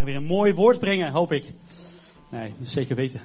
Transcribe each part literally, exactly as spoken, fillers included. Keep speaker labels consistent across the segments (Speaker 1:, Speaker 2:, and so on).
Speaker 1: weer een mooi woord brengen, hoop ik. Nee, zeker weten.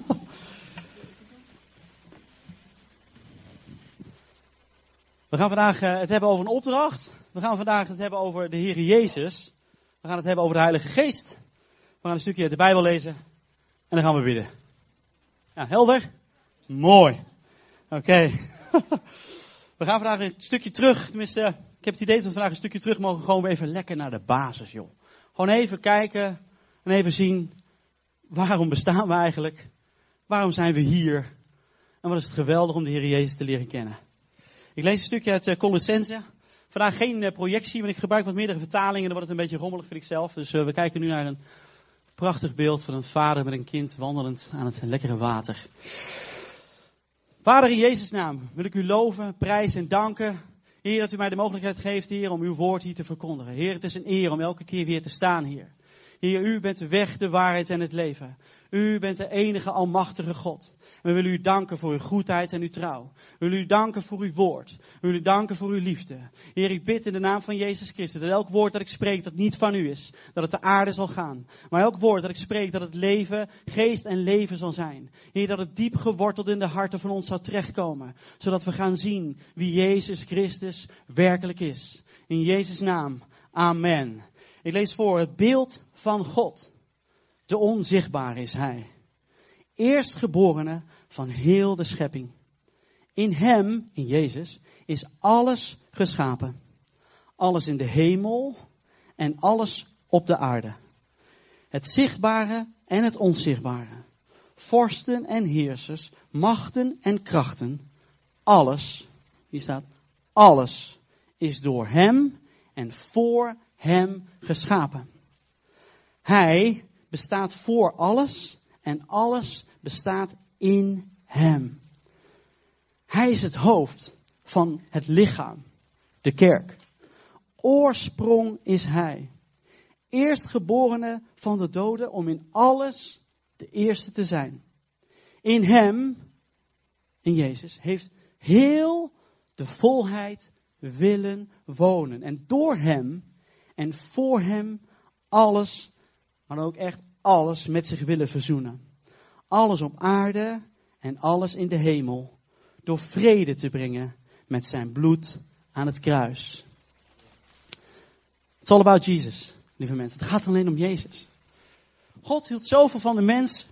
Speaker 1: We gaan vandaag het hebben over een opdracht. We gaan vandaag het hebben over de Heer Jezus. We gaan het hebben over de Heilige Geest. We gaan een stukje uit de Bijbel lezen. En dan gaan we bidden. Ja, helder? Mooi. Oké. Okay. We gaan vandaag een stukje terug. Tenminste, ik heb het idee dat we vandaag een stukje terug mogen. Gewoon even lekker naar de basis, joh. Gewoon even kijken en even zien. Waarom bestaan we eigenlijk? Waarom zijn we hier? En wat is het geweldig om de Heer Jezus te leren kennen. Ik lees een stukje uit uh, Colossenzen. Vandaag geen uh, projectie, want ik gebruik wat meerdere vertalingen. Dan wordt het een beetje rommelig, vind ik zelf. Dus uh, we kijken nu naar een prachtig beeld van een vader met een kind wandelend aan het lekkere water. Vader, in Jezus' naam wil ik u loven, prijzen en danken. Heer, dat u mij de mogelijkheid geeft, Heer, om uw woord hier te verkondigen. Heer, het is een eer om elke keer weer te staan hier. Heer, u bent de weg, de waarheid en het leven. U bent de enige almachtige God. We willen u danken voor uw goedheid en uw trouw. We willen u danken voor uw woord. We willen u danken voor uw liefde. Heer, ik bid in de naam van Jezus Christus dat elk woord dat ik spreek dat niet van u is, dat het de aarde zal gaan. Maar elk woord dat ik spreek dat het leven, geest en leven zal zijn. Heer, dat het diep geworteld in de harten van ons zal terechtkomen. Zodat we gaan zien wie Jezus Christus werkelijk is. In Jezus' naam. Amen. Ik lees voor het beeld van God. De onzichtbare is Hij. Eerstgeborene van heel de schepping. In Hem, in Jezus, is alles geschapen. Alles in de hemel en alles op de aarde. Het zichtbare en het onzichtbare. Vorsten en heersers, machten en krachten. Alles, hier staat, alles is door Hem en voor Hem geschapen. Hij bestaat voor alles en alles bestaat in Hem. Hij is het hoofd van het lichaam, de kerk. Oorsprong is Hij. Eerstgeborene van de doden om in alles de eerste te zijn. In Hem, in Jezus, heeft heel de volheid willen wonen. En door Hem en voor Hem alles, maar ook echt alles met zich willen verzoenen. Alles op aarde en alles in de hemel. Door vrede te brengen met zijn bloed aan het kruis. It's all about Jesus, lieve mensen. Het gaat alleen om Jezus. God hield zoveel van de mens.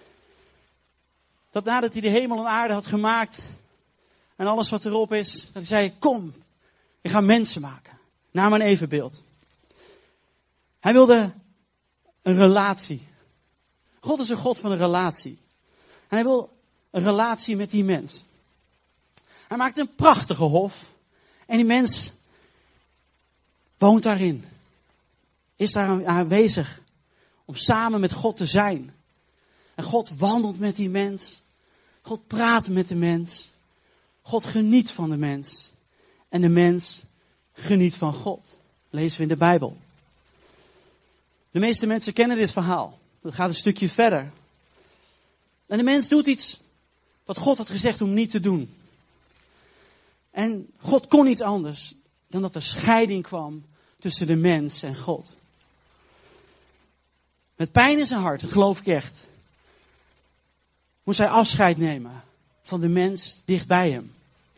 Speaker 1: Dat nadat hij de hemel en aarde had gemaakt. En alles wat erop is. Dat hij zei, kom, ik ga mensen maken. Naar mijn evenbeeld. Hij wilde een relatie. God is een God van een relatie. En hij wil een relatie met die mens. Hij maakt een prachtige hof. En die mens woont daarin. Is daar aanwezig. Om samen met God te zijn. En God wandelt met die mens. God praat met de mens. God geniet van de mens. En de mens geniet van God. Lezen we in de Bijbel. De meeste mensen kennen dit verhaal. Dat gaat een stukje verder. En de mens doet iets wat God had gezegd om niet te doen. En God kon niet anders dan dat er scheiding kwam tussen de mens en God. Met pijn in zijn hart, dat geloof ik echt, moest hij afscheid nemen van de mens dicht bij hem.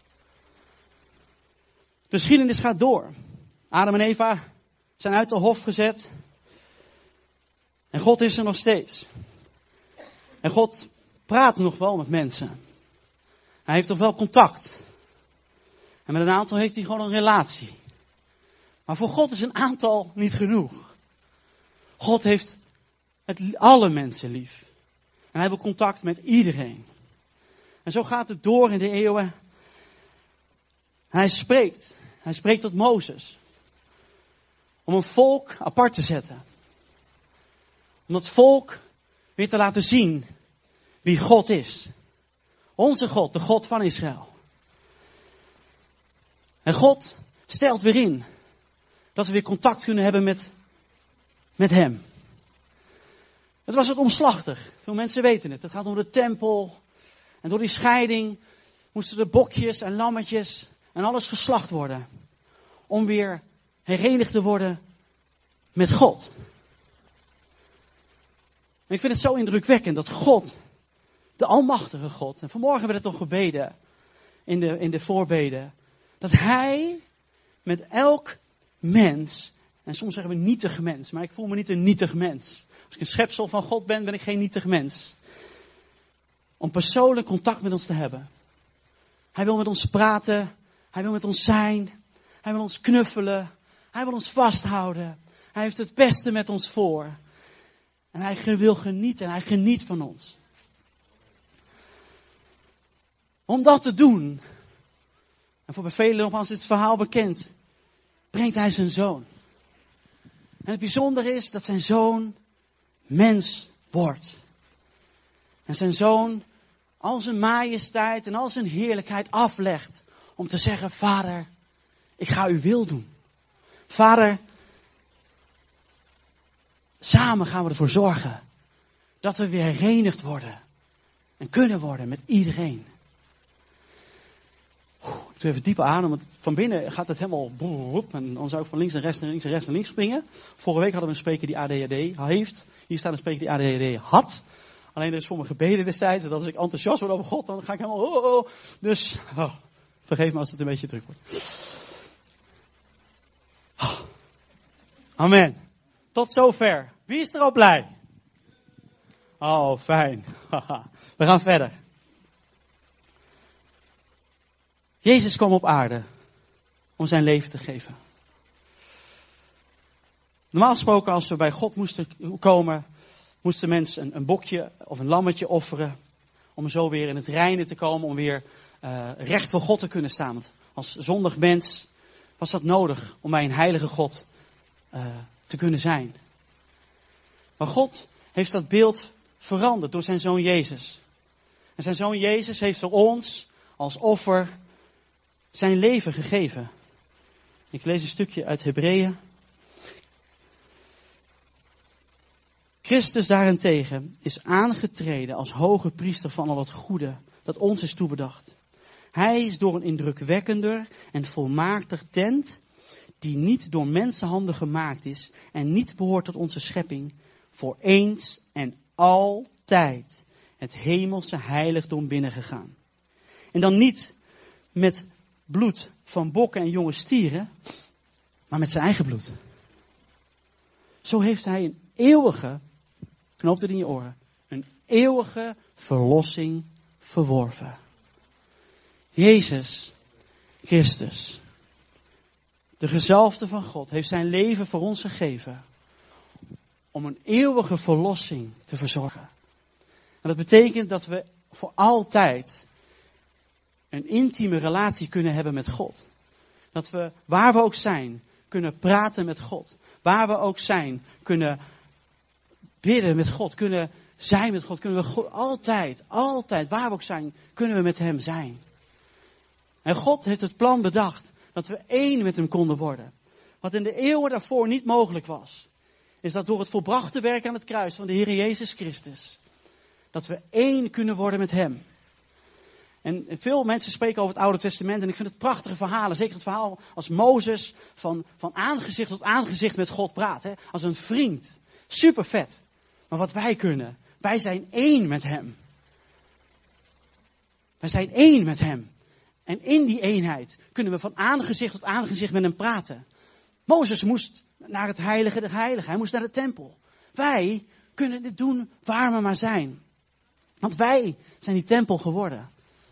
Speaker 1: De geschiedenis gaat door. Adam en Eva zijn uit de hof gezet. En God is er nog steeds. En God praat nog wel met mensen. Hij heeft nog wel contact. En met een aantal heeft hij gewoon een relatie. Maar voor God is een aantal niet genoeg. God heeft het, alle mensen lief. En hij wil contact met iedereen. En zo gaat het door in de eeuwen. En hij spreekt. Hij spreekt tot Mozes. Om een volk apart te zetten. Om dat volk weer te laten zien wie God is. Onze God, de God van Israël. En God stelt weer in dat we weer contact kunnen hebben met, met Hem. Het was wat omslachtig. Veel mensen weten het. Het gaat om de tempel. En door die scheiding moesten de bokjes en lammetjes en alles geslacht worden. Om weer herenigd te worden met God. En ik vind het zo indrukwekkend dat God, de almachtige God, en vanmorgen werd het toch gebeden in de, in de voorbeden, dat hij met elk mens, en soms zeggen we nietig mens, maar ik voel me niet een nietig mens. Als ik een schepsel van God ben, ben ik geen nietig mens. Om persoonlijk contact met ons te hebben. Hij wil met ons praten, hij wil met ons zijn, hij wil ons knuffelen, hij wil ons vasthouden. Hij heeft het beste met ons voor. En hij wil genieten, en hij geniet van ons. Om dat te doen, en voor velen nogmaals is het verhaal bekend, brengt hij zijn zoon. En het bijzondere is dat zijn zoon mens wordt. En zijn zoon al zijn majesteit en al zijn heerlijkheid aflegt om te zeggen, Vader, ik ga uw wil doen. Vader, samen gaan we ervoor zorgen dat we weer herenigd worden en kunnen worden met iedereen. Ik doe even diepe adem, want van binnen gaat het helemaal boep, en dan zou ik van links naar rechts en links en rechts en links springen. Vorige week hadden we een spreker die A D H D heeft. Hier staat een spreker die A D H D had. Alleen er is voor me gebeden destijds, dat als ik enthousiast word over God, dan ga ik helemaal oh, oh. Dus, oh, vergeef me als het een beetje druk wordt. Oh. Amen. Tot zover. Wie is er al blij? Oh, fijn. We gaan verder. Jezus kwam op aarde om zijn leven te geven. Normaal gesproken, als we bij God moesten komen, moesten mensen een, een bokje of een lammetje offeren. Om zo weer in het reine te komen, om weer uh, recht voor God te kunnen staan. Want als zondig mens was dat nodig om bij een heilige God uh, te kunnen zijn. Maar God heeft dat beeld veranderd door zijn zoon Jezus. En zijn zoon Jezus heeft voor ons als offer zijn leven gegeven. Ik lees een stukje uit Hebreeën. Christus daarentegen is aangetreden als hoge priester van al het goede dat ons is toebedacht. Hij is door een indrukwekkender en volmaakter tent, die niet door mensenhanden gemaakt is en niet behoort tot onze schepping, voor eens en altijd het hemelse heiligdom binnengegaan. En dan niet met bloed van bokken en jonge stieren, maar met zijn eigen bloed. Zo heeft hij een eeuwige, knoop het in je oren, een eeuwige verlossing verworven. Jezus Christus, de gezalfde van God, heeft zijn leven voor ons gegeven om een eeuwige verlossing te verzorgen. En dat betekent dat we voor altijd een intieme relatie kunnen hebben met God. Dat we, waar we ook zijn, kunnen praten met God. Waar we ook zijn, kunnen bidden met God. Kunnen zijn met God. Kunnen we God, altijd, altijd, waar we ook zijn, kunnen we met hem zijn. En God heeft het plan bedacht dat we één met hem konden worden. Wat in de eeuwen daarvoor niet mogelijk was. Is dat door het volbrachte werk aan het kruis van de Heer Jezus Christus. Dat we één kunnen worden met hem. En veel mensen spreken over het Oude Testament en ik vind het prachtige verhalen. Zeker het verhaal als Mozes van, van aangezicht tot aangezicht met God praat. Hè? Als een vriend. Super vet. Maar wat wij kunnen, wij zijn één met hem. Wij zijn één met hem. En in die eenheid kunnen we van aangezicht tot aangezicht met hem praten. Mozes moest naar het heilige der heiligen. Hij moest naar de tempel. Wij kunnen dit doen waar we maar zijn. Want wij zijn die tempel geworden.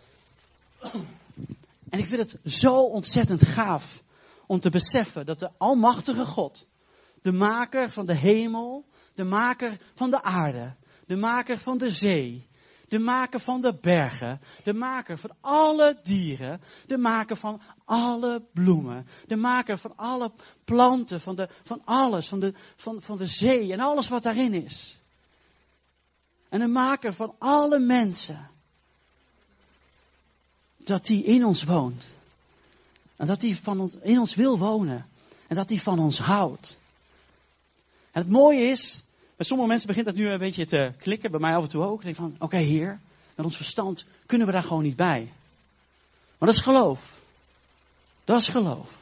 Speaker 1: En ik vind het zo ontzettend gaaf om te beseffen dat de almachtige God, de maker van de hemel, de maker van de aarde, de maker van de zee, de maker van de bergen, de maker van alle dieren, de maker van alle bloemen, de maker van alle planten, van, de, van alles, van de, van, van de zee en alles wat daarin is. En de maker van alle mensen. Dat die in ons woont. En dat die van ons, in ons wil wonen. En dat die van ons houdt. En het mooie is, bij sommige mensen begint dat nu een beetje te klikken, bij mij af en toe ook. Ik denk van, oké okay, Heer, met ons verstand kunnen we daar gewoon niet bij. Maar dat is geloof. Dat is geloof.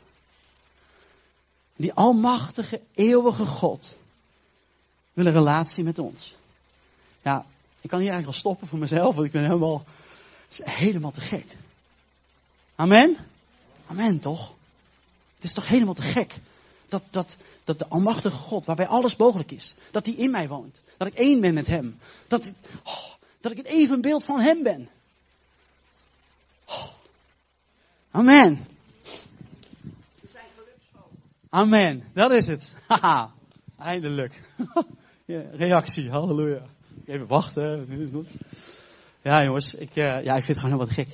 Speaker 1: Die almachtige, eeuwige God wil een relatie met ons. Ja, ik kan hier eigenlijk wel stoppen voor mezelf, want ik ben helemaal, het is helemaal te gek. Amen? Amen, toch? Het is toch helemaal te gek. Dat, dat, dat de almachtige God, waarbij alles mogelijk is, dat hij in mij woont. Dat ik één ben met hem. Dat, oh, dat ik het evenbeeld van hem ben. Oh. Amen. Amen, dat is het. Haha, eindelijk. Ja, reactie, halleluja. Even wachten. Ja jongens, ik, uh, ja, ik vind het gewoon heel wat gek.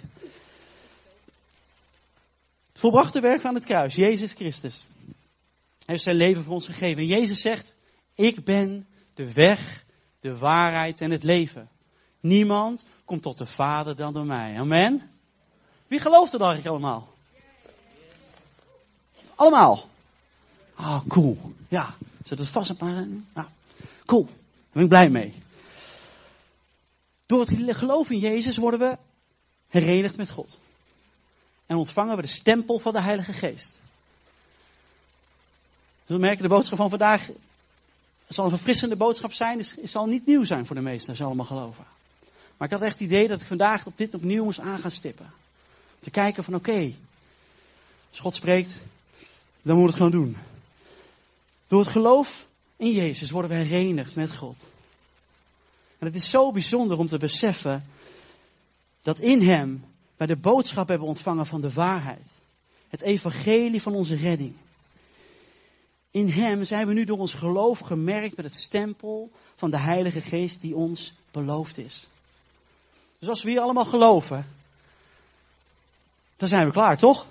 Speaker 1: Het volbrachte werk aan het kruis, Jezus Christus. Hij heeft zijn leven voor ons gegeven. En Jezus zegt, ik ben de weg, de waarheid en het leven. Niemand komt tot de Vader dan door mij. Amen. Wie gelooft er dan eigenlijk allemaal? Allemaal. Ah, oh, cool. Ja, zet het vast op maar. Nou, cool. Daar ben ik blij mee. Door het geloof in Jezus worden we herenigd met God. En ontvangen we de stempel van de Heilige Geest. Dus we merken de boodschap van vandaag. Het zal een verfrissende boodschap zijn. Het zal niet nieuw zijn voor de meesten als ze allemaal geloven. Maar ik had echt het idee dat ik vandaag op dit opnieuw moest aan gaan stippen. Om te kijken van oké. Okay, als God spreekt, dan moet het gewoon doen. Door het geloof in Jezus worden we herenigd met God. En het is zo bijzonder om te beseffen dat in hem wij de boodschap hebben ontvangen van de waarheid. Het evangelie van onze redding. In hem zijn we nu door ons geloof gemerkt met het stempel van de Heilige Geest die ons beloofd is. Dus als we hier allemaal geloven, dan zijn we klaar, toch?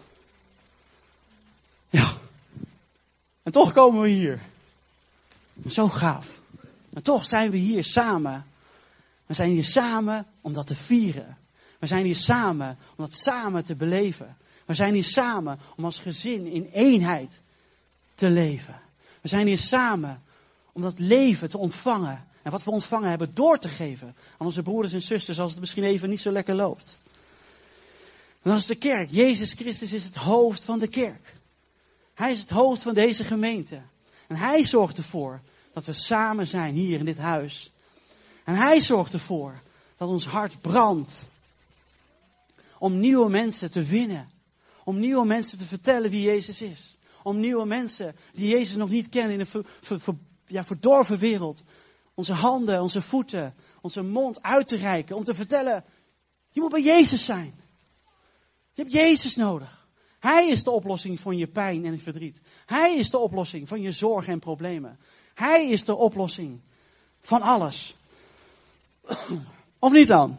Speaker 1: Ja. En toch komen we hier. Zo gaaf. En toch zijn we hier samen. We zijn hier samen om dat te vieren. We zijn hier samen om dat samen te beleven. We zijn hier samen om als gezin in eenheid te leven. We zijn hier samen om dat leven te ontvangen. En wat we ontvangen hebben door te geven aan onze broeders en zusters als het misschien even niet zo lekker loopt. En dat is de kerk. Jezus Christus is het hoofd van de kerk. Hij is het hoofd van deze gemeente. En hij zorgt ervoor dat we samen zijn hier in dit huis. En hij zorgt ervoor dat ons hart brandt. Om nieuwe mensen te winnen. Om nieuwe mensen te vertellen wie Jezus is. Om nieuwe mensen die Jezus nog niet kennen in een ver, ver, ver, ja, verdorven wereld. Onze handen, onze voeten, onze mond uit te reiken. Om te vertellen, je moet bij Jezus zijn. Je hebt Jezus nodig. Hij is de oplossing van je pijn en het verdriet. Hij is de oplossing van je zorgen en problemen. Hij is de oplossing van alles. Of niet dan?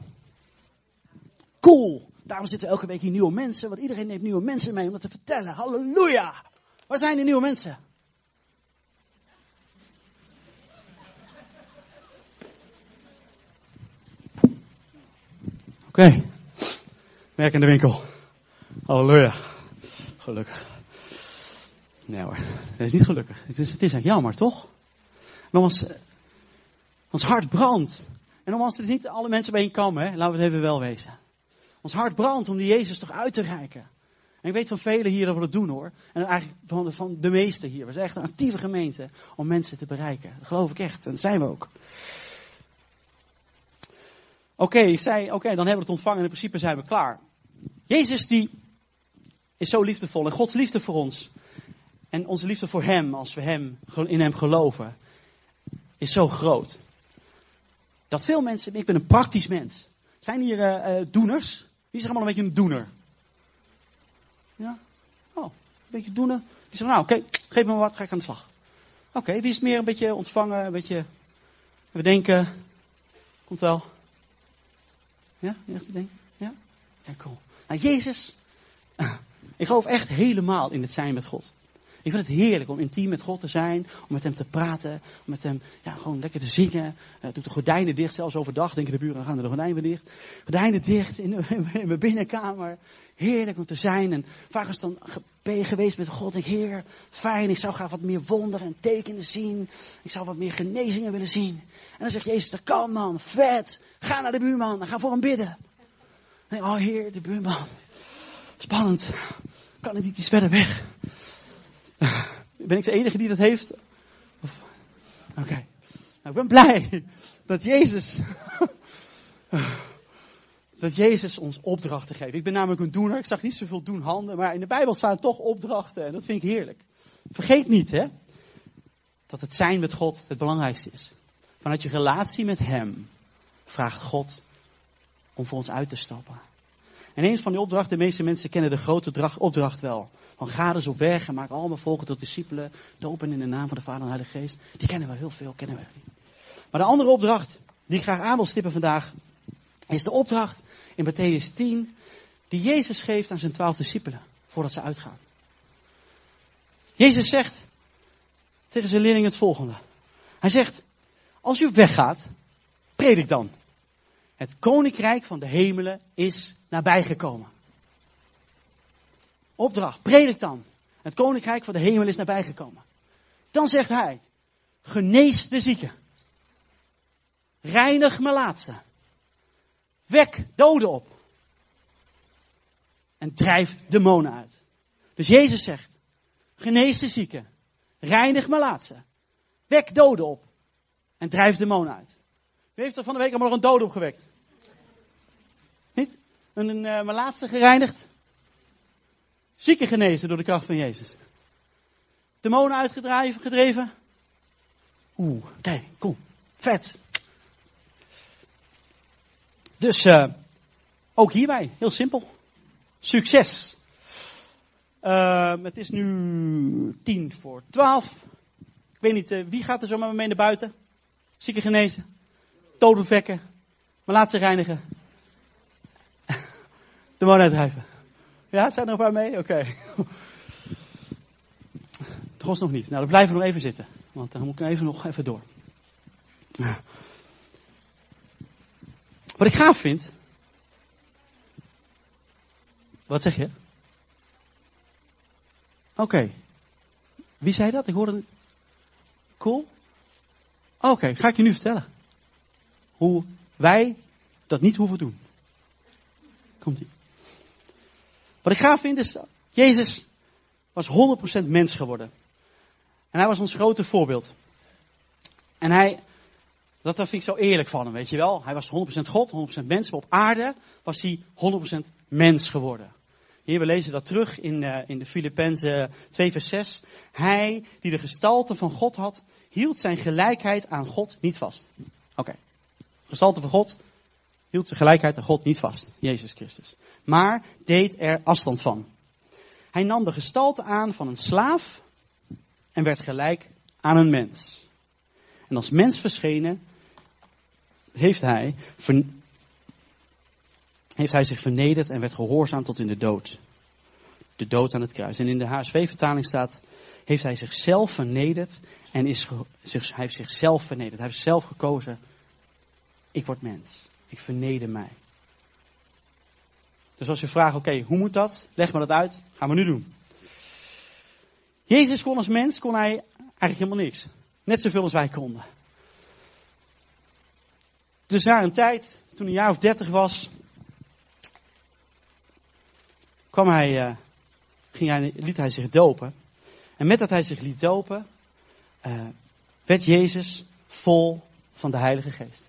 Speaker 1: Cool. Daarom zitten elke week hier nieuwe mensen. Want iedereen neemt nieuwe mensen mee om dat te vertellen. Halleluja. Waar zijn die nieuwe mensen? Oké. Okay. Werk in de winkel. Halleluja. Gelukkig. Nee hoor. Dat is niet gelukkig. Het is, het is eigenlijk jammer, toch? Maar ons, ons hart brandt. En om ons er niet alle mensen bijeen komen, hè, laten we het even wel wezen. Ons hart brandt om die Jezus toch uit te reiken. En ik weet van velen hier dat we dat doen hoor. En eigenlijk van de, van de meesten hier. We zijn echt een actieve gemeente om mensen te bereiken. Dat geloof ik echt. En dat zijn we ook. Oké, okay, ik zei, oké, okay, dan hebben we het ontvangen en in principe zijn we klaar. Jezus die is zo liefdevol en Gods liefde voor ons. En onze liefde voor hem, als we hem, in hem geloven, is zo groot. Dat veel mensen, ik ben een praktisch mens. Zijn hier uh, uh, doeners? Wie is er allemaal een beetje een doener? Ja? Oh, een beetje doener. Die zeggen, nou oké, okay, geef me maar wat, ga ik aan de slag. Oké, okay, wie is meer een beetje ontvangen, een beetje, we denken, komt wel. Ja, echt denken? Ja? Ja, cool. Nou, Jezus, ik geloof echt helemaal in het zijn met God. Ik vind het heerlijk om intiem met God te zijn, om met hem te praten, om met hem ja, gewoon lekker te zingen. Uh, doe de gordijnen dicht, zelfs overdag denken de buren, dan gaan er de gordijnen weer dicht. Gordijnen dicht in, de, in mijn binnenkamer. Heerlijk om te zijn. En vaak is dan ben je geweest met God. Ik Heer, fijn, ik zou graag wat meer wonderen en tekenen zien. Ik zou wat meer genezingen willen zien. En dan zegt Jezus, dat kan man, vet. Ga naar de buurman, dan ga voor hem bidden. Dan denk ik, oh Heer, de buurman. Spannend. Kan het niet iets verder weg? Ben ik de enige die dat heeft? Oké. Okay. Nou, ik ben blij dat Jezus, dat Jezus ons opdrachten geeft. Ik ben namelijk een doener. Ik zag niet zoveel doenhanden, maar in de Bijbel staan toch opdrachten. En dat vind ik heerlijk. Vergeet niet, hè, dat het zijn met God het belangrijkste is. Vanuit je relatie met Hem vraagt God om voor ons uit te stappen. En een van die opdrachten, de meeste mensen kennen de grote opdracht wel. Van ga dus op weg en maak allemaal volken tot discipelen. Dopen in de naam van de Vader en de Heilige Geest. Die kennen we heel veel, kennen we niet. Maar de andere opdracht die ik graag aan wil stippen vandaag, is de opdracht in Mattheüs tien, die Jezus geeft aan zijn twaalf discipelen, voordat ze uitgaan. Jezus zegt tegen zijn leerlingen het volgende. Hij zegt, als u weggaat, predik dan. Het koninkrijk van de hemelen is nabijgekomen. Opdracht, predik dan. Het koninkrijk van de hemel is nabijgekomen. Dan zegt hij, genees de zieken. Reinig melaatsen. Wek doden op. En drijf demonen uit. Dus Jezus zegt, genees de zieken. Reinig melaatsen. Wek doden op. En drijf demonen uit. Wie heeft er van de week allemaal nog een dode opgewekt? Niet? Een, een uh, melaatse gereinigd? Zieken genezen door de kracht van Jezus. Demonen uitgedreven, gedreven? Oeh, oké, okay, cool. Vet. Dus uh, ook hierbij, heel simpel. Succes. Uh, het is nu tien voor twaalf. Ik weet niet, uh, wie gaat er zo met me mee naar buiten? Zieken genezen. Doden wekken. Melaatsen reinigen. Demonen uitdrijven. Ja, het zijn er een paar mee? Oké. Okay. Tros nog niet. Nou, dan blijven we nog even zitten. Want dan moet ik even nog even door. Wat ik gaaf vind. Wat zeg je? Oké. Okay. Wie zei dat? Ik hoorde het. Cool. Oké, okay, ga ik je nu vertellen. Hoe wij dat niet hoeven doen. Komt-ie. Wat ik gaaf vind is, Jezus was honderd procent mens geworden. En hij was ons grote voorbeeld. En hij, dat vind ik zo eerlijk van hem, weet je wel. Hij was honderd procent God, honderd procent mens. Maar op aarde was hij honderd procent mens geworden. Hier, we lezen dat terug in, uh, in de Filippenzen twee vers zes. Hij, die de gestalte van God had, hield zijn gelijkheid aan God niet vast. Oké. Okay. Gestalte van God hield zijn gelijkheid aan God niet vast. Jezus Christus. Maar deed er afstand van. Hij nam de gestalte aan van een slaaf en werd gelijk aan een mens. En als mens verschenen heeft hij, ver, heeft hij zich vernederd en werd gehoorzaam tot in de dood. De dood aan het kruis. En in de H S V-vertaling staat, heeft hij zichzelf vernederd en is, zich, hij heeft zichzelf vernederd. Hij heeft zelf gekozen, ik word mens. Ik verneder mij. Dus als je vraagt, oké, okay, hoe moet dat? Leg me dat uit. Gaan we nu doen. Jezus kon als mens, kon hij eigenlijk helemaal niks. Net zoveel als wij konden. Dus na een tijd, toen hij een jaar of dertig was, kwam hij, uh, ging hij, liet hij zich dopen. En met dat hij zich liet dopen, uh, werd Jezus vol van de Heilige Geest.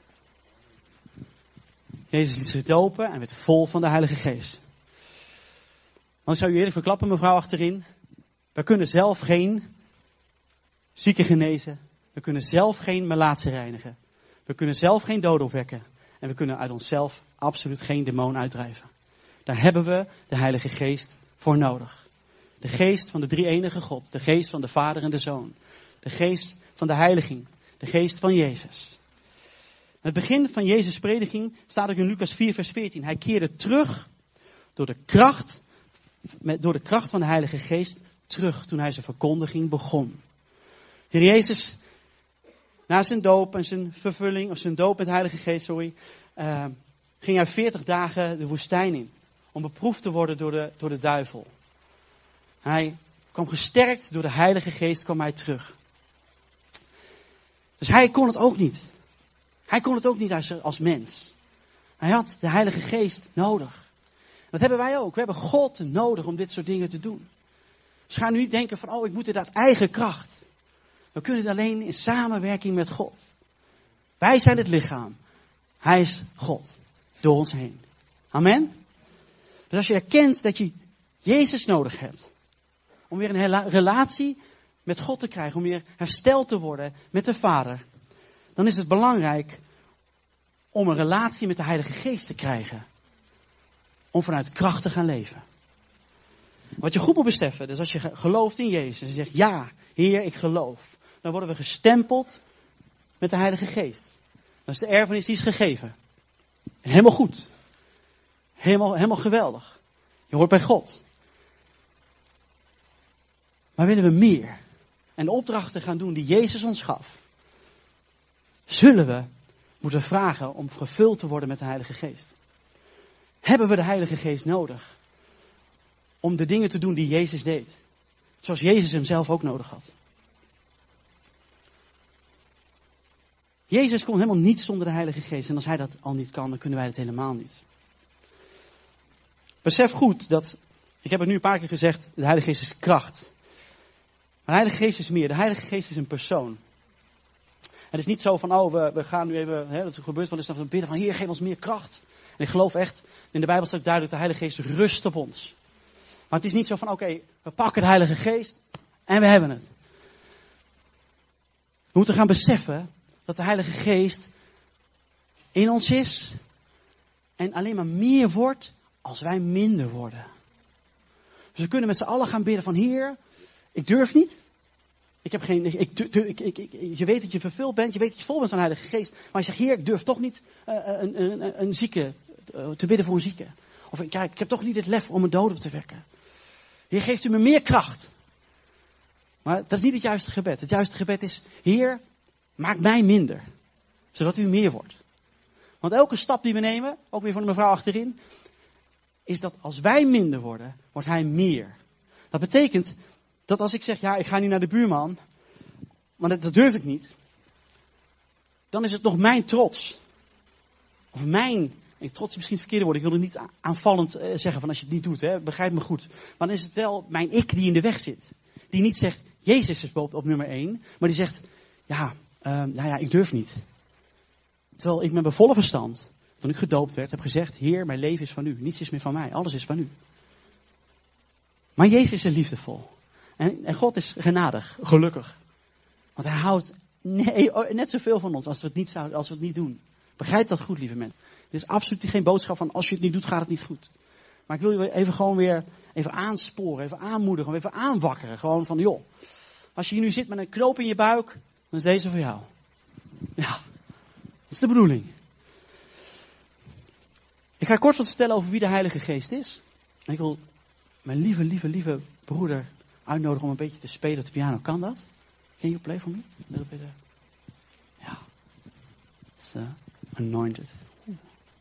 Speaker 1: Jezus liet zich dopen en werd vol van de Heilige Geest. Want ik zou u eerlijk verklappen, mevrouw achterin. We kunnen zelf geen zieken genezen. We kunnen zelf geen melaatsen reinigen. We kunnen zelf geen doden opwekken. En we kunnen uit onszelf absoluut geen demon uitdrijven. Daar hebben we de Heilige Geest voor nodig. De geest van de drie-enige God. De geest van de Vader en de Zoon. De geest van de heiliging. De geest van Jezus. Het begin van Jezus' prediking staat ook in Lucas vier vers veertien. Hij keerde terug door de kracht, met, door de kracht van de Heilige Geest terug toen hij zijn verkondiging begon. Heer Jezus, na zijn doop en zijn vervulling, of zijn doop met de Heilige Geest, sorry, uh, ging hij veertig dagen de woestijn in. Om beproefd te worden door de, door de duivel. Hij kwam gesterkt door de Heilige Geest, kwam hij terug. Dus hij kon het ook niet. Hij kon het ook niet als, als mens. Hij had de Heilige Geest nodig. Dat hebben wij ook. We hebben God nodig om dit soort dingen te doen. Dus ga nu niet denken van, oh, ik moet dit uit eigen kracht. We kunnen het alleen in samenwerking met God. Wij zijn het lichaam. Hij is God. Door ons heen. Amen. Dus als je erkent dat je Jezus nodig hebt. Om weer een hela- relatie met God te krijgen. Om weer hersteld te worden met de Vader. Dan is het belangrijk om een relatie met de Heilige Geest te krijgen. Om vanuit kracht te gaan leven. Wat je goed moet beseffen, dus als je gelooft in Jezus en je zegt, ja, Heer, ik geloof. Dan worden we gestempeld met de Heilige Geest. Dat is de erfenis die is gegeven. En helemaal goed. Helemaal, helemaal geweldig. Je hoort bij God. Maar willen we meer en de opdrachten gaan doen die Jezus ons gaf, zullen we moeten vragen om gevuld te worden met de Heilige Geest. Hebben we de Heilige Geest nodig om de dingen te doen die Jezus deed. Zoals Jezus hem zelf ook nodig had. Jezus kon helemaal niet zonder de Heilige Geest. En als hij dat al niet kan, dan kunnen wij het helemaal niet. Besef goed dat, ik heb het nu een paar keer gezegd, de Heilige Geest is kracht. Maar de Heilige Geest is meer. De Heilige Geest is een persoon. Het is niet zo van, oh, we, we gaan nu even, hè, dat er gebeurt wel eens, dan bidden van, Heer, geef ons meer kracht. En ik geloof echt, in de Bijbel staat duidelijk, de Heilige Geest rust op ons. Maar het is niet zo van, oké, okay, we pakken de Heilige Geest en we hebben het. We moeten gaan beseffen dat de Heilige Geest in ons is. En alleen maar meer wordt als wij minder worden. Dus we kunnen met z'n allen gaan bidden van, Heer, ik durf niet. Ik heb geen, ik, ik, ik, ik, ik, je weet dat je vervuld bent, je weet dat je vol bent van de Heilige Geest. Maar je zegt, Heer, ik durf toch niet uh, een, een, een zieke, uh, te bidden voor een zieke. Of kijk, ik heb toch niet het lef om een dode op te wekken. Heer, geeft u me meer kracht. Maar dat is niet het juiste gebed. Het juiste gebed is, Heer, maak mij minder. Zodat u meer wordt. Want elke stap die we nemen, ook weer van de mevrouw achterin, is dat als wij minder worden, wordt hij meer. Dat betekent dat als ik zeg, ja, ik ga nu naar de buurman, maar dat, dat durf ik niet. Dan is het nog mijn trots. Of mijn, en trots is misschien het verkeerde woord, ik wil het niet aanvallend uh, zeggen van als je het niet doet, hè, begrijp me goed. Maar dan is het wel mijn ik die in de weg zit. Die niet zegt, Jezus is op, op nummer één, maar die zegt, ja, uh, nou ja, ik durf niet. Terwijl ik met mijn volle verstand, toen ik gedoopt werd, heb gezegd, Heer, mijn leven is van u. Niets is meer van mij, alles is van u. Maar Jezus is liefdevol. En, en God is genadig, gelukkig. Want hij houdt nee, net zoveel van ons als we het niet zouden, als we het niet doen. Begrijp dat goed, lieve mensen. Het is absoluut geen boodschap van als je het niet doet, gaat het niet goed. Maar ik wil je even gewoon weer even aansporen, even aanmoedigen, even aanwakkeren. Gewoon van, joh, als je hier nu zit met een knoop in je buik, dan is deze voor jou. Ja, dat is de bedoeling. Ik ga kort wat vertellen over wie de Heilige Geest is. En ik wil mijn lieve, lieve, lieve broeder uitnodigen om een beetje te spelen op de piano. Kan dat? Can you play for me? A little bit. Uh... Ja. It's uh, anointed. Oeh.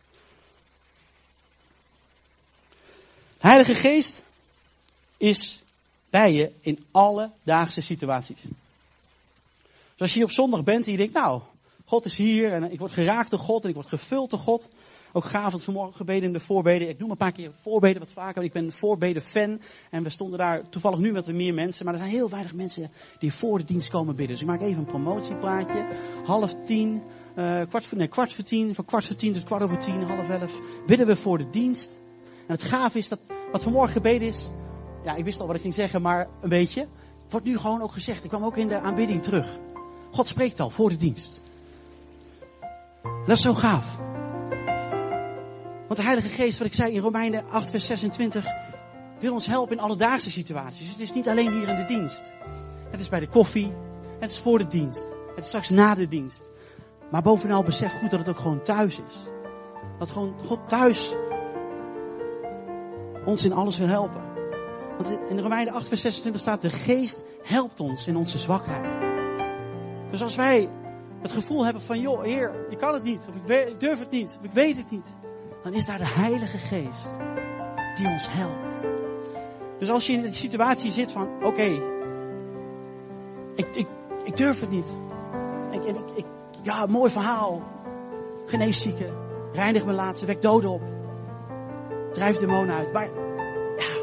Speaker 1: De Heilige Geest is bij je in alledaagse situaties. Dus als je hier op zondag bent en je denkt, nou, God is hier en ik word geraakt door God en ik word gevuld door God. Ook gaaf, want vanmorgen gebeden in de voorbeden. Ik noem een paar keer voorbeden wat vaker. Ik ben een voorbeden fan. En we stonden daar toevallig nu met meer mensen. Maar er zijn heel weinig mensen die voor de dienst komen bidden. Dus ik maak even een promotieplaatje. Half tien, uh, kwart, voor, nee, kwart voor tien. Van kwart voor tien tot kwart over tien, half elf. Bidden we voor de dienst. En het gaaf is dat wat vanmorgen gebeden is. Ja, ik wist al wat ik ging zeggen, maar een beetje. Wordt nu gewoon ook gezegd. Ik kwam ook in de aanbidding terug. God spreekt al voor de dienst. Dat is zo gaaf. Want de Heilige Geest, wat ik zei in Romeinen acht vers zesentwintig, wil ons helpen in alledaagse situaties. Dus het is niet alleen hier in de dienst. Het is bij de koffie, het is voor de dienst, het is straks na de dienst. Maar bovenal besef goed dat het ook gewoon thuis is. Dat gewoon God thuis ons in alles wil helpen. Want in Romeinen acht vers zesentwintig staat, de Geest helpt ons in onze zwakheid. Dus als wij het gevoel hebben van, joh, Heer, ik kan het niet, of ik, weet, ik durf het niet, of ik weet het niet. Dan is daar de Heilige Geest die ons helpt. Dus als je in de situatie zit van, oké, okay, ik, ik, ik durf het niet. Ik, ik, ik, ja, mooi verhaal. Genees zieken, reinig mijn laatste, wek doden op. Drijf demonen uit. Maar, ja.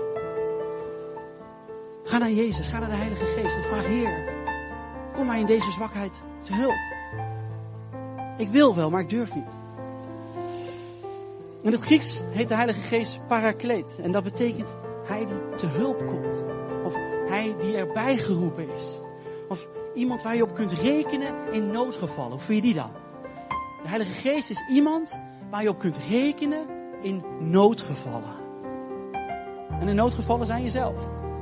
Speaker 1: Ga naar Jezus, ga naar de Heilige Geest en vraag, Heer, kom mij in deze zwakheid te hulp. Ik wil wel, maar ik durf niet. In het Grieks heet de Heilige Geest parakleet. En dat betekent hij die te hulp komt. Of hij die erbij geroepen is. Of iemand waar je op kunt rekenen in noodgevallen. Hoe vind je die dan? De Heilige Geest is iemand waar je op kunt rekenen in noodgevallen. En de noodgevallen zijn jezelf.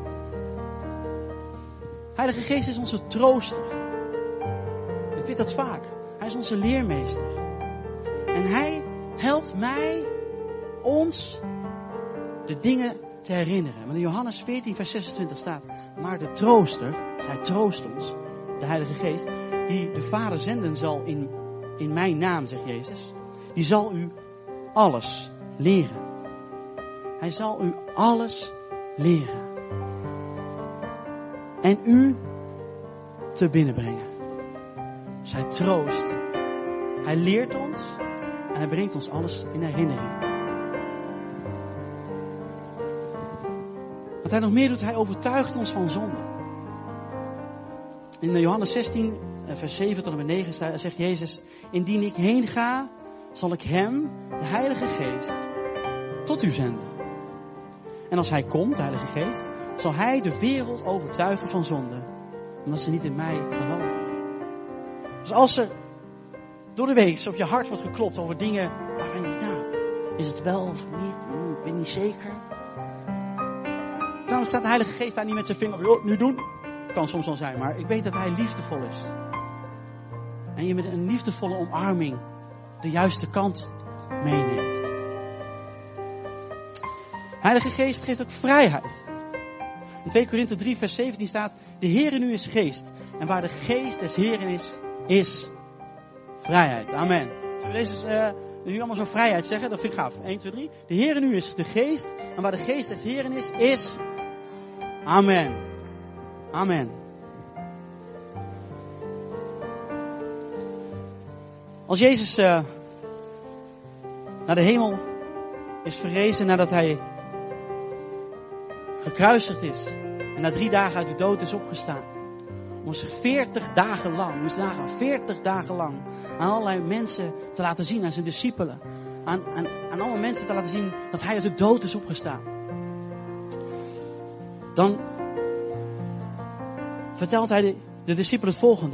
Speaker 1: Heilige Geest is onze trooster. Ik weet dat vaak. Hij is onze leermeester. En hij helpt mij, ons, de dingen te herinneren. Want in Johannes veertien vers zesentwintig staat, maar de trooster, dus hij troost ons, de Heilige Geest, die de Vader zenden zal in, in mijn naam, zegt Jezus, die zal u alles leren. Hij zal u alles leren. En u te binnenbrengen. Dus hij troost. Hij leert ons. En hij brengt ons alles in herinnering. Wat hij nog meer doet, hij overtuigt ons van zonde. In Johannes zestien, vers zeven tot en met negen zegt Jezus, indien ik heen ga, zal ik hem, de Heilige Geest, tot u zenden. En als hij komt, de Heilige Geest, zal hij de wereld overtuigen van zonde. Omdat ze niet in mij geloven. Dus als er door de week op je hart wordt geklopt over dingen waarvan je, nou, is het wel of niet, hm, ik weet niet zeker. Dan staat de Heilige Geest daar niet met zijn vinger op, joh, nu doen. Kan soms wel zijn, maar ik weet dat hij liefdevol is. En je met een liefdevolle omarming de juiste kant meeneemt. Heilige Geest geeft ook vrijheid. In twee Korinthe drie vers zeventien staat, de Heere nu is geest. En waar de geest des Heeren is, is vrijheid. Amen. Zullen we deze uh, nu allemaal zo vrijheid zeggen? Dat vind ik gaaf. één, twee, drie. De Heere nu is de geest. En waar de geest des Heeren is, is... Amen. Amen. Als Jezus uh, naar de hemel is verrezen nadat hij gekruisigd is en na drie dagen uit de dood is opgestaan, om zich veertig dagen lang, moest nagaan, veertig dagen lang aan allerlei mensen te laten zien, aan zijn discipelen, aan, aan, aan alle mensen te laten zien dat hij uit de dood is opgestaan. Dan vertelt hij de, de discipelen het volgende.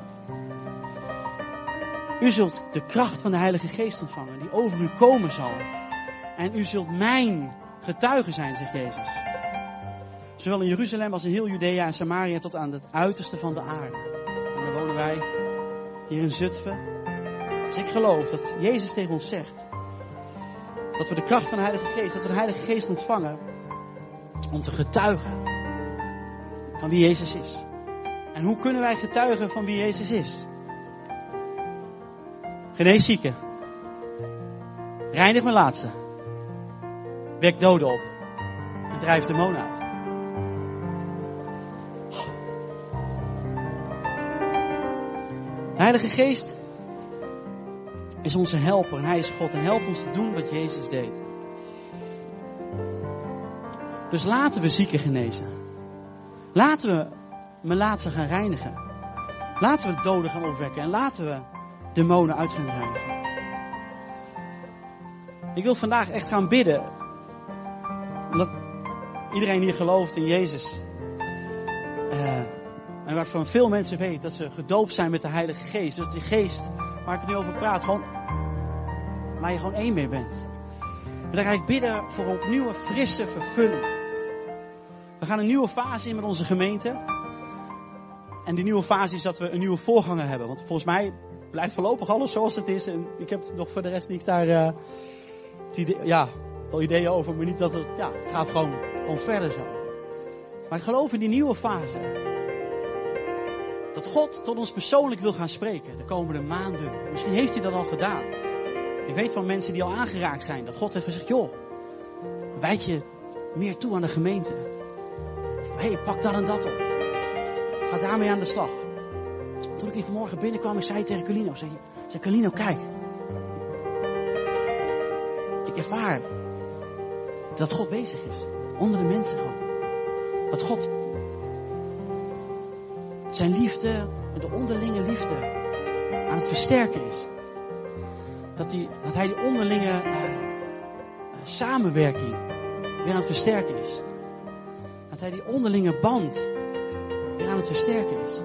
Speaker 1: U zult de kracht van de Heilige Geest ontvangen, die over u komen zal. En u zult mijn getuige zijn, zegt Jezus. Zowel in Jeruzalem als in heel Judea en Samaria tot aan het uiterste van de aarde. En dan wonen wij hier in Zutphen. Dus ik geloof dat Jezus tegen ons zegt dat we de kracht van de Heilige Geest, dat we de Heilige Geest ontvangen om te getuigen van wie Jezus is. En hoe kunnen wij getuigen van wie Jezus is? Genees zieken. Reinig melaatsen. Wek doden op. En drijf demonen uit. De Heilige Geest is onze helper en hij is God en helpt ons te doen wat Jezus deed. Dus laten we zieken genezen. Laten we melaatsen gaan reinigen. Laten we doden gaan opwekken en laten we demonen uit gaan drijven. Ik wil vandaag echt gaan bidden. Omdat iedereen hier gelooft in Jezus. Uh, en waarvan veel mensen weten dat ze gedoopt zijn met de Heilige Geest. Dus die geest waar ik het nu over praat, gewoon, waar je gewoon één mee bent. En dan ga ik bidden voor een opnieuw frisse vervulling. We gaan een nieuwe fase in met onze gemeente. En die nieuwe fase is dat we een nieuwe voorganger hebben. Want volgens mij blijft voorlopig alles zoals het is. En ik heb nog voor de rest niks daar... Uh, idee, ja, wel ideeën over, maar niet dat het... Ja, het gaat gewoon, gewoon verder zo. Maar ik geloof in die nieuwe fase. Dat God tot ons persoonlijk wil gaan spreken de komende maanden. Misschien heeft hij dat al gedaan. Ik weet van mensen die al aangeraakt zijn. Dat God heeft gezegd, joh, wijd je meer toe aan de gemeente. Hé, hey, pak dat en dat op. Ga daarmee aan de slag. Toen ik hier vanmorgen binnenkwam, ik zei tegen Colino, zei, zei Colino, kijk. Ik ervaar dat God bezig is. Onder de mensen gewoon. Dat God zijn liefde, de onderlinge liefde, aan het versterken is. dat, die, dat hij die onderlinge uh, uh, samenwerking weer aan het versterken is. Dat hij die onderlinge band weer aan het versterken is.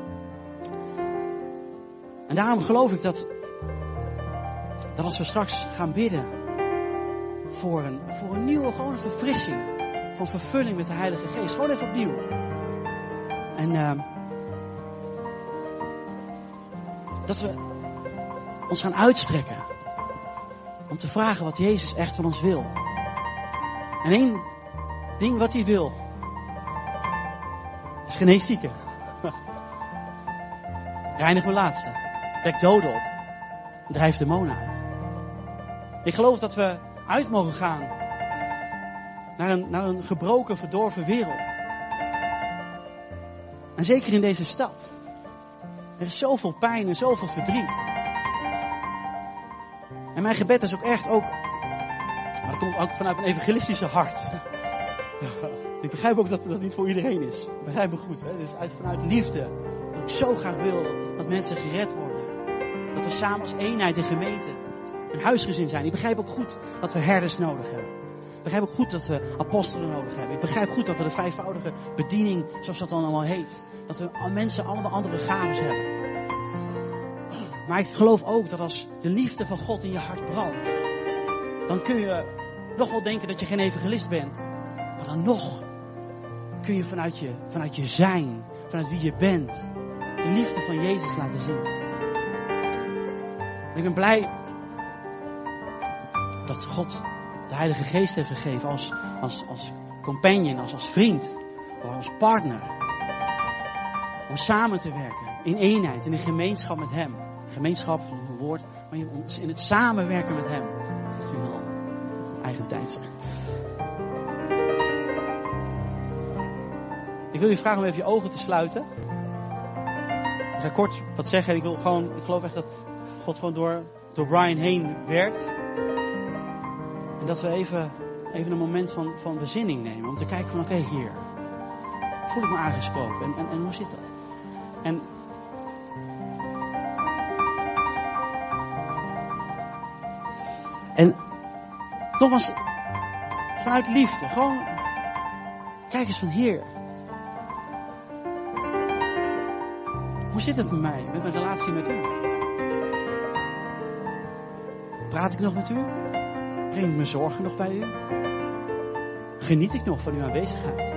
Speaker 1: En daarom geloof ik dat, dat als we straks gaan bidden voor een, voor een nieuwe, gewoon een verfrissing, voor een vervulling met de Heilige Geest, gewoon even opnieuw. En uh, dat we ons gaan uitstrekken om te vragen wat Jezus echt van ons wil. En één ding wat hij wil is genees zieken. Reinig melaatsen. Wek doden op. Drijf demonen uit. Ik geloof dat we uit mogen gaan naar een, naar een gebroken, verdorven wereld. En zeker in deze stad. Er is zoveel pijn en zoveel verdriet. En mijn gebed is ook echt ook, maar dat komt ook vanuit een evangelistische hart. Ik begrijp ook dat dat niet voor iedereen is. Ik begrijp me goed. Hè? Het is uit, vanuit liefde. Dat ik zo graag wil dat mensen gered worden. Dat we samen als eenheid in gemeente een huisgezin zijn. Ik begrijp ook goed dat we herders nodig hebben. Ik begrijp ook goed dat we apostelen nodig hebben. Ik begrijp goed dat we de vijfvoudige bediening, zoals dat dan allemaal heet. Dat we mensen allemaal andere gaven hebben. Maar ik geloof ook dat als de liefde van God in je hart brandt, dan kun je nog wel denken dat je geen evangelist bent. Maar dan nog kun je vanuit je, vanuit je zijn, vanuit wie je bent, de liefde van Jezus laten zien. En ik ben blij dat God de Heilige Geest heeft gegeven als, als, als companion, als, als vriend, als partner. Om samen te werken in eenheid, in een gemeenschap met Hem. Gemeenschap, een woord, maar in het samenwerken met Hem. Dat is weer al eigen tijd zeg. Ik wil je vragen om even je ogen te sluiten. Ik ga kort wat zeggen en ik wil gewoon, ik geloof echt dat God gewoon door, door Brian heen werkt. En dat we even, even een moment van, van bezinning nemen. Om te kijken van oké, okay, hier. Voel ik me aangesproken en, en, en hoe zit dat? En En nogmaals, vanuit liefde, gewoon kijk eens van Heer. Hoe zit het met mij, met mijn relatie met U? Praat ik nog met U? Breng ik mijn zorgen nog bij U? Geniet ik nog van Uw aanwezigheid?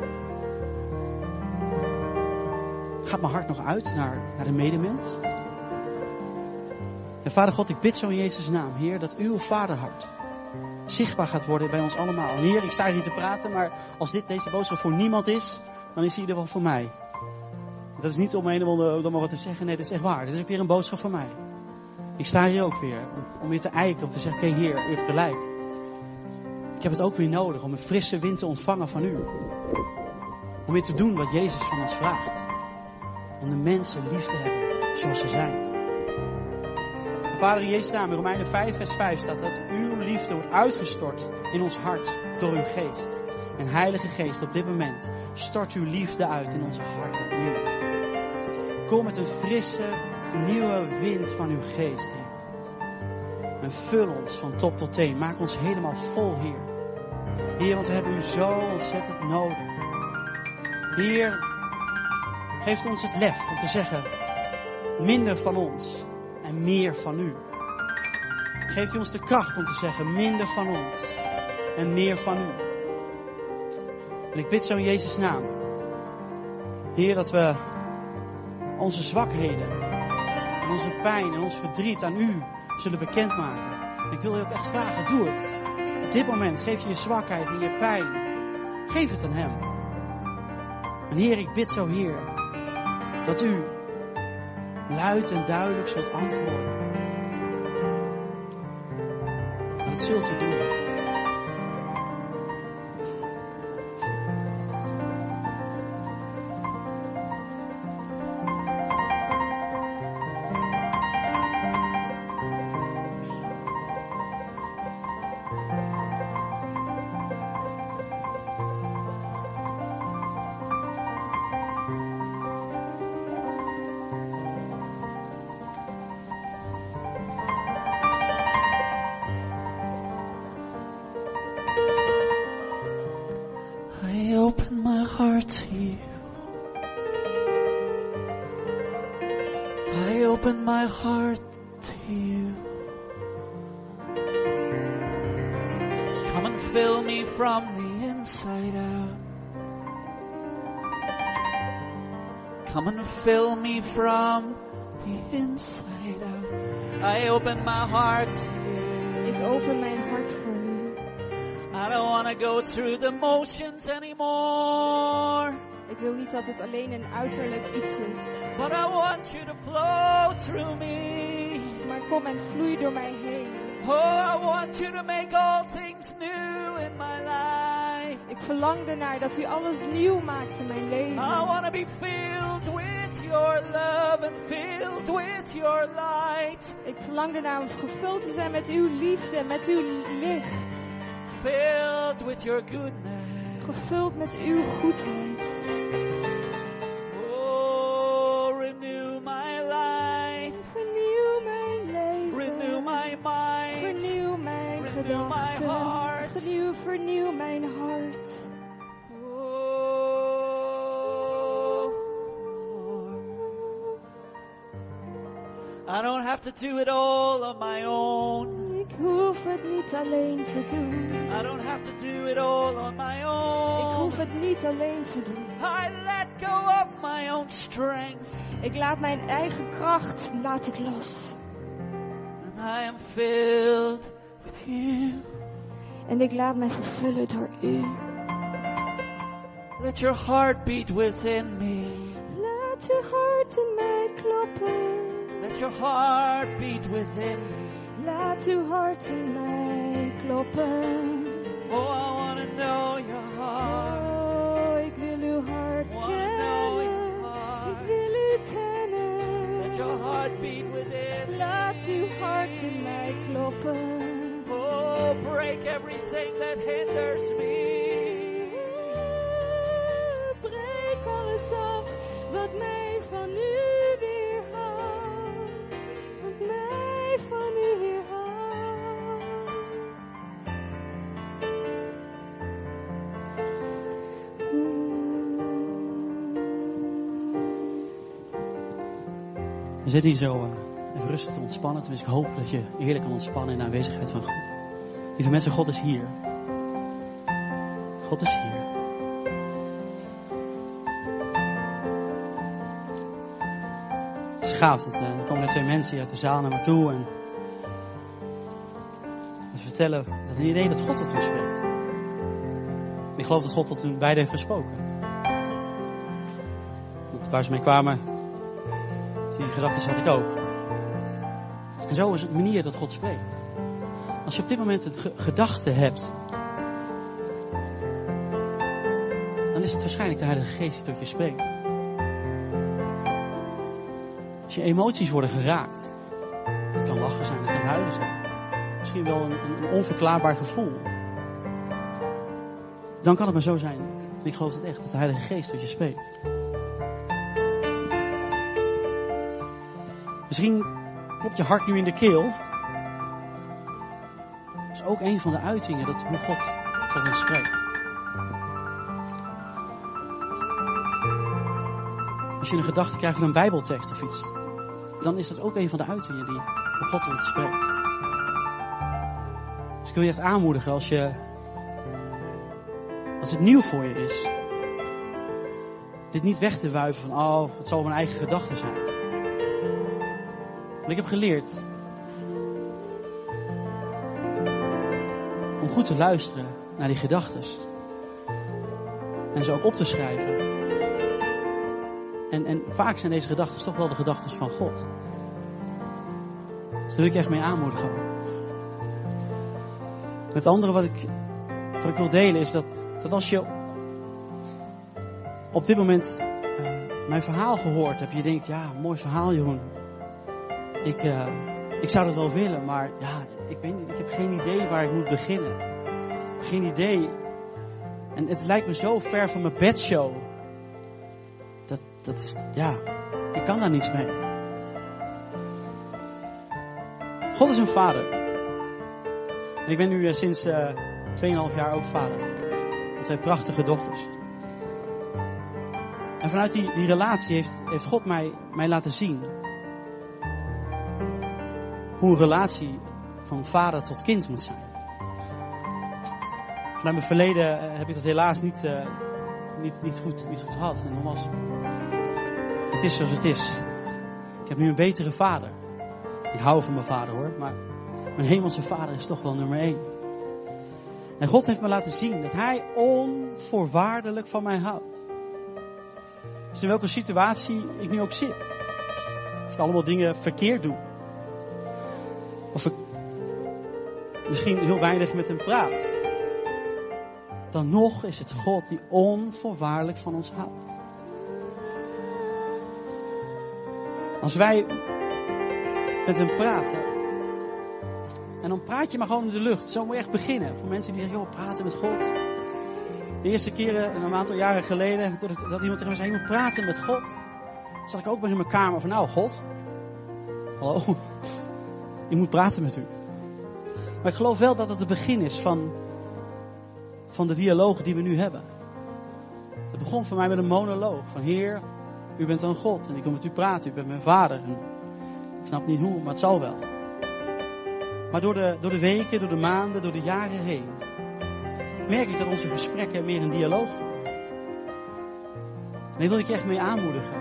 Speaker 1: Gaat mijn hart nog uit naar, naar de medemens? En Vader God, ik bid zo in Jezus' naam, Heer, dat uw vaderhart zichtbaar gaat worden bij ons allemaal. En Heer, ik sta hier niet te praten, maar als dit deze boodschap voor niemand is, dan is hij er wel voor mij. Dat is niet om een of ander om maar wat te zeggen, nee, dat is echt waar. Dit is ook weer een boodschap van mij. Ik sta hier ook weer, om, om weer te eiken, om te zeggen, oké okay, Heer, u hebt gelijk. Ik heb het ook weer nodig om een frisse wind te ontvangen van u. Om weer te doen wat Jezus van ons vraagt. Om de mensen lief te hebben zoals ze zijn. Vader in Jezus naam, in Romeinen vijf vers vijf staat dat uw liefde wordt uitgestort in ons hart door uw geest. En Heilige Geest, op dit moment, stort uw liefde uit in onze harten opnieuw. Kom met een frisse, nieuwe wind van uw geest, Heer. En vul ons van top tot teen. Maak ons helemaal vol, Heer. Heer, want we hebben u zo ontzettend nodig. Heer, geef ons het lef om te zeggen, minder van ons en meer van u. Geeft u ons de kracht om te zeggen, minder van ons en meer van u. En ik bid zo in Jezus' naam, Heer, dat we onze zwakheden en onze pijn en ons verdriet aan u zullen bekendmaken. En ik wil je ook echt vragen, doe het. Op dit moment geef je je zwakheid en je pijn. Geef het aan hem. En Heer, ik bid zo, Heer, dat u luid en duidelijk zult antwoorden. En dat zult u doen.
Speaker 2: heart to you. I open my heart to you. Come and fill me from the inside out. Come and fill me from the inside out. I open my heart to you.
Speaker 3: Ik open mijn hart voor u.
Speaker 2: I don't want to go through the motions anymore.
Speaker 3: Ik wil niet dat het alleen een uiterlijk iets is.
Speaker 2: But I want you to flow through me.
Speaker 3: Maar kom en vloei door mij heen.
Speaker 2: Oh, I want you to make all things new in my life.
Speaker 3: Ik verlang ernaar dat u alles nieuw maakt in mijn leven.
Speaker 2: I want to be filled with your love and filled with your light.
Speaker 3: Ik verlang ernaar om gevuld te zijn met uw liefde, met uw licht.
Speaker 2: Filled with your goodness.
Speaker 3: Gevuld met uw goedheid.
Speaker 2: Oh, renew my life.
Speaker 3: Vernieuw mijn leven.
Speaker 2: Renew my mind.
Speaker 3: Vernieuw mijn
Speaker 2: Renew my
Speaker 3: gedachten.
Speaker 2: heart.
Speaker 3: Vernieuw, vernieuw mijn hart.
Speaker 2: Oh, I don't have to do it all on my own.
Speaker 3: Ik hoef het niet alleen te doen.
Speaker 2: I don't have to do it all on my
Speaker 3: Ik
Speaker 2: own.
Speaker 3: hoef het niet alleen te doen.
Speaker 2: I let go of my own strength.
Speaker 3: Ik laat mijn eigen kracht, laat ik los.
Speaker 2: And I am filled with you.
Speaker 3: En ik laat mij vervullen door u.
Speaker 2: Let your heart beat within me.
Speaker 3: Laat uw hart in mij kloppen.
Speaker 2: Let your heart beat within me.
Speaker 3: Laat uw hart in mij kloppen.
Speaker 2: Oh, I want to know your heart.
Speaker 3: Oh, ik wil uw hart
Speaker 2: Wanna know your
Speaker 3: kennen.
Speaker 2: heart.
Speaker 3: Ik wil u kennen.
Speaker 2: Let your heart beat within me.
Speaker 3: Laat uw hart in mij kloppen.
Speaker 2: Oh, break everything that hinders me.
Speaker 3: Breek alles af wat mij van u weerhoudt. Wat mij van u weerhoudt.
Speaker 1: We zitten hier zo uh, even rustig te ontspannen. Dus ik hoop dat je heerlijk kan ontspannen in de aanwezigheid van God. Lieve mensen, God is hier. God is hier. Het is gaaf. Dat, uh, er komen net twee mensen hier uit de zaal naar me toe. En ze vertellen dat het idee dat God tot hen spreekt. Ik geloof dat God tot hun beiden heeft gesproken. Dat waar ze mee kwamen, die gedachten had ik ook. En zo is het manier dat God spreekt. Als je op dit moment een ge- gedachte hebt, dan is het waarschijnlijk de Heilige Geest die tot je spreekt. Als je emoties worden geraakt, het kan lachen zijn, het kan huilen zijn, misschien wel een, een, een onverklaarbaar gevoel, dan kan het maar zo zijn. En ik geloof het echt, dat de Heilige Geest tot je spreekt. Misschien klopt je hart nu in de keel. Dat is ook een van de uitingen dat hoe God tot ons spreekt. Als je een gedachte krijgt van een bijbeltekst of iets, dan is dat ook een van de uitingen die hoe God tot ons spreekt. Dus ik wil je echt aanmoedigen als je, als het nieuw voor je is, dit niet weg te wuiven van, oh, het zal mijn eigen gedachte zijn. Want ik heb geleerd om goed te luisteren naar die gedachtes. En ze ook op te schrijven. En, en vaak zijn deze gedachtes toch wel de gedachtes van God. Dus daar wil ik je echt mee aanmoedigen. Het andere wat ik, wat ik wil delen is dat, dat als je op dit moment uh, mijn verhaal gehoord hebt. Je denkt, ja, mooi verhaal, Jeroen. Ik, uh, ik zou dat wel willen, maar ja, ik weet niet, ik heb geen idee waar ik moet beginnen. Geen idee. En het lijkt me zo ver van mijn bedshow. Dat, dat is, ja, ik kan daar niets mee. God is een vader. En ik ben nu uh, sinds uh, twee komma vijf jaar ook vader. Met twee prachtige dochters. En vanuit die, die relatie heeft, heeft God mij, mij laten zien hoe een relatie van vader tot kind moet zijn. Vanuit mijn verleden heb ik dat helaas niet, uh, niet, niet, goed, niet goed gehad. En nogmaals, het is zoals het is. Ik heb nu een betere vader. Ik hou van mijn vader hoor, maar mijn hemelse vader is toch wel nummer één. En God heeft me laten zien dat hij onvoorwaardelijk van mij houdt. Dus in welke situatie ik nu ook zit. Of ik allemaal dingen verkeerd doe. Of ik misschien heel weinig met hem praat. Dan nog is het God die onvoorwaardelijk van ons houdt. Als wij met hem praten. En dan praat je maar gewoon in de lucht. Zo moet je echt beginnen. Voor mensen die zeggen, joh, praten met God. De eerste keren, een aantal jaren geleden, dat, dat iemand tegen me zei, je moet praten met God. Zat ik ook bij in mijn kamer van, nou God. Hallo. Je moet praten met u. Maar ik geloof wel dat het het begin is van, van de dialoog die we nu hebben. Het begon voor mij met een monoloog. Van Heer, u bent een God en ik wil met u praten. U bent mijn vader. En ik snap niet hoe, maar het zal wel. Maar door de, door de weken, door de maanden, door de jaren heen, merk ik dat onze gesprekken meer een dialoog worden. En daar wil ik je echt mee aanmoedigen.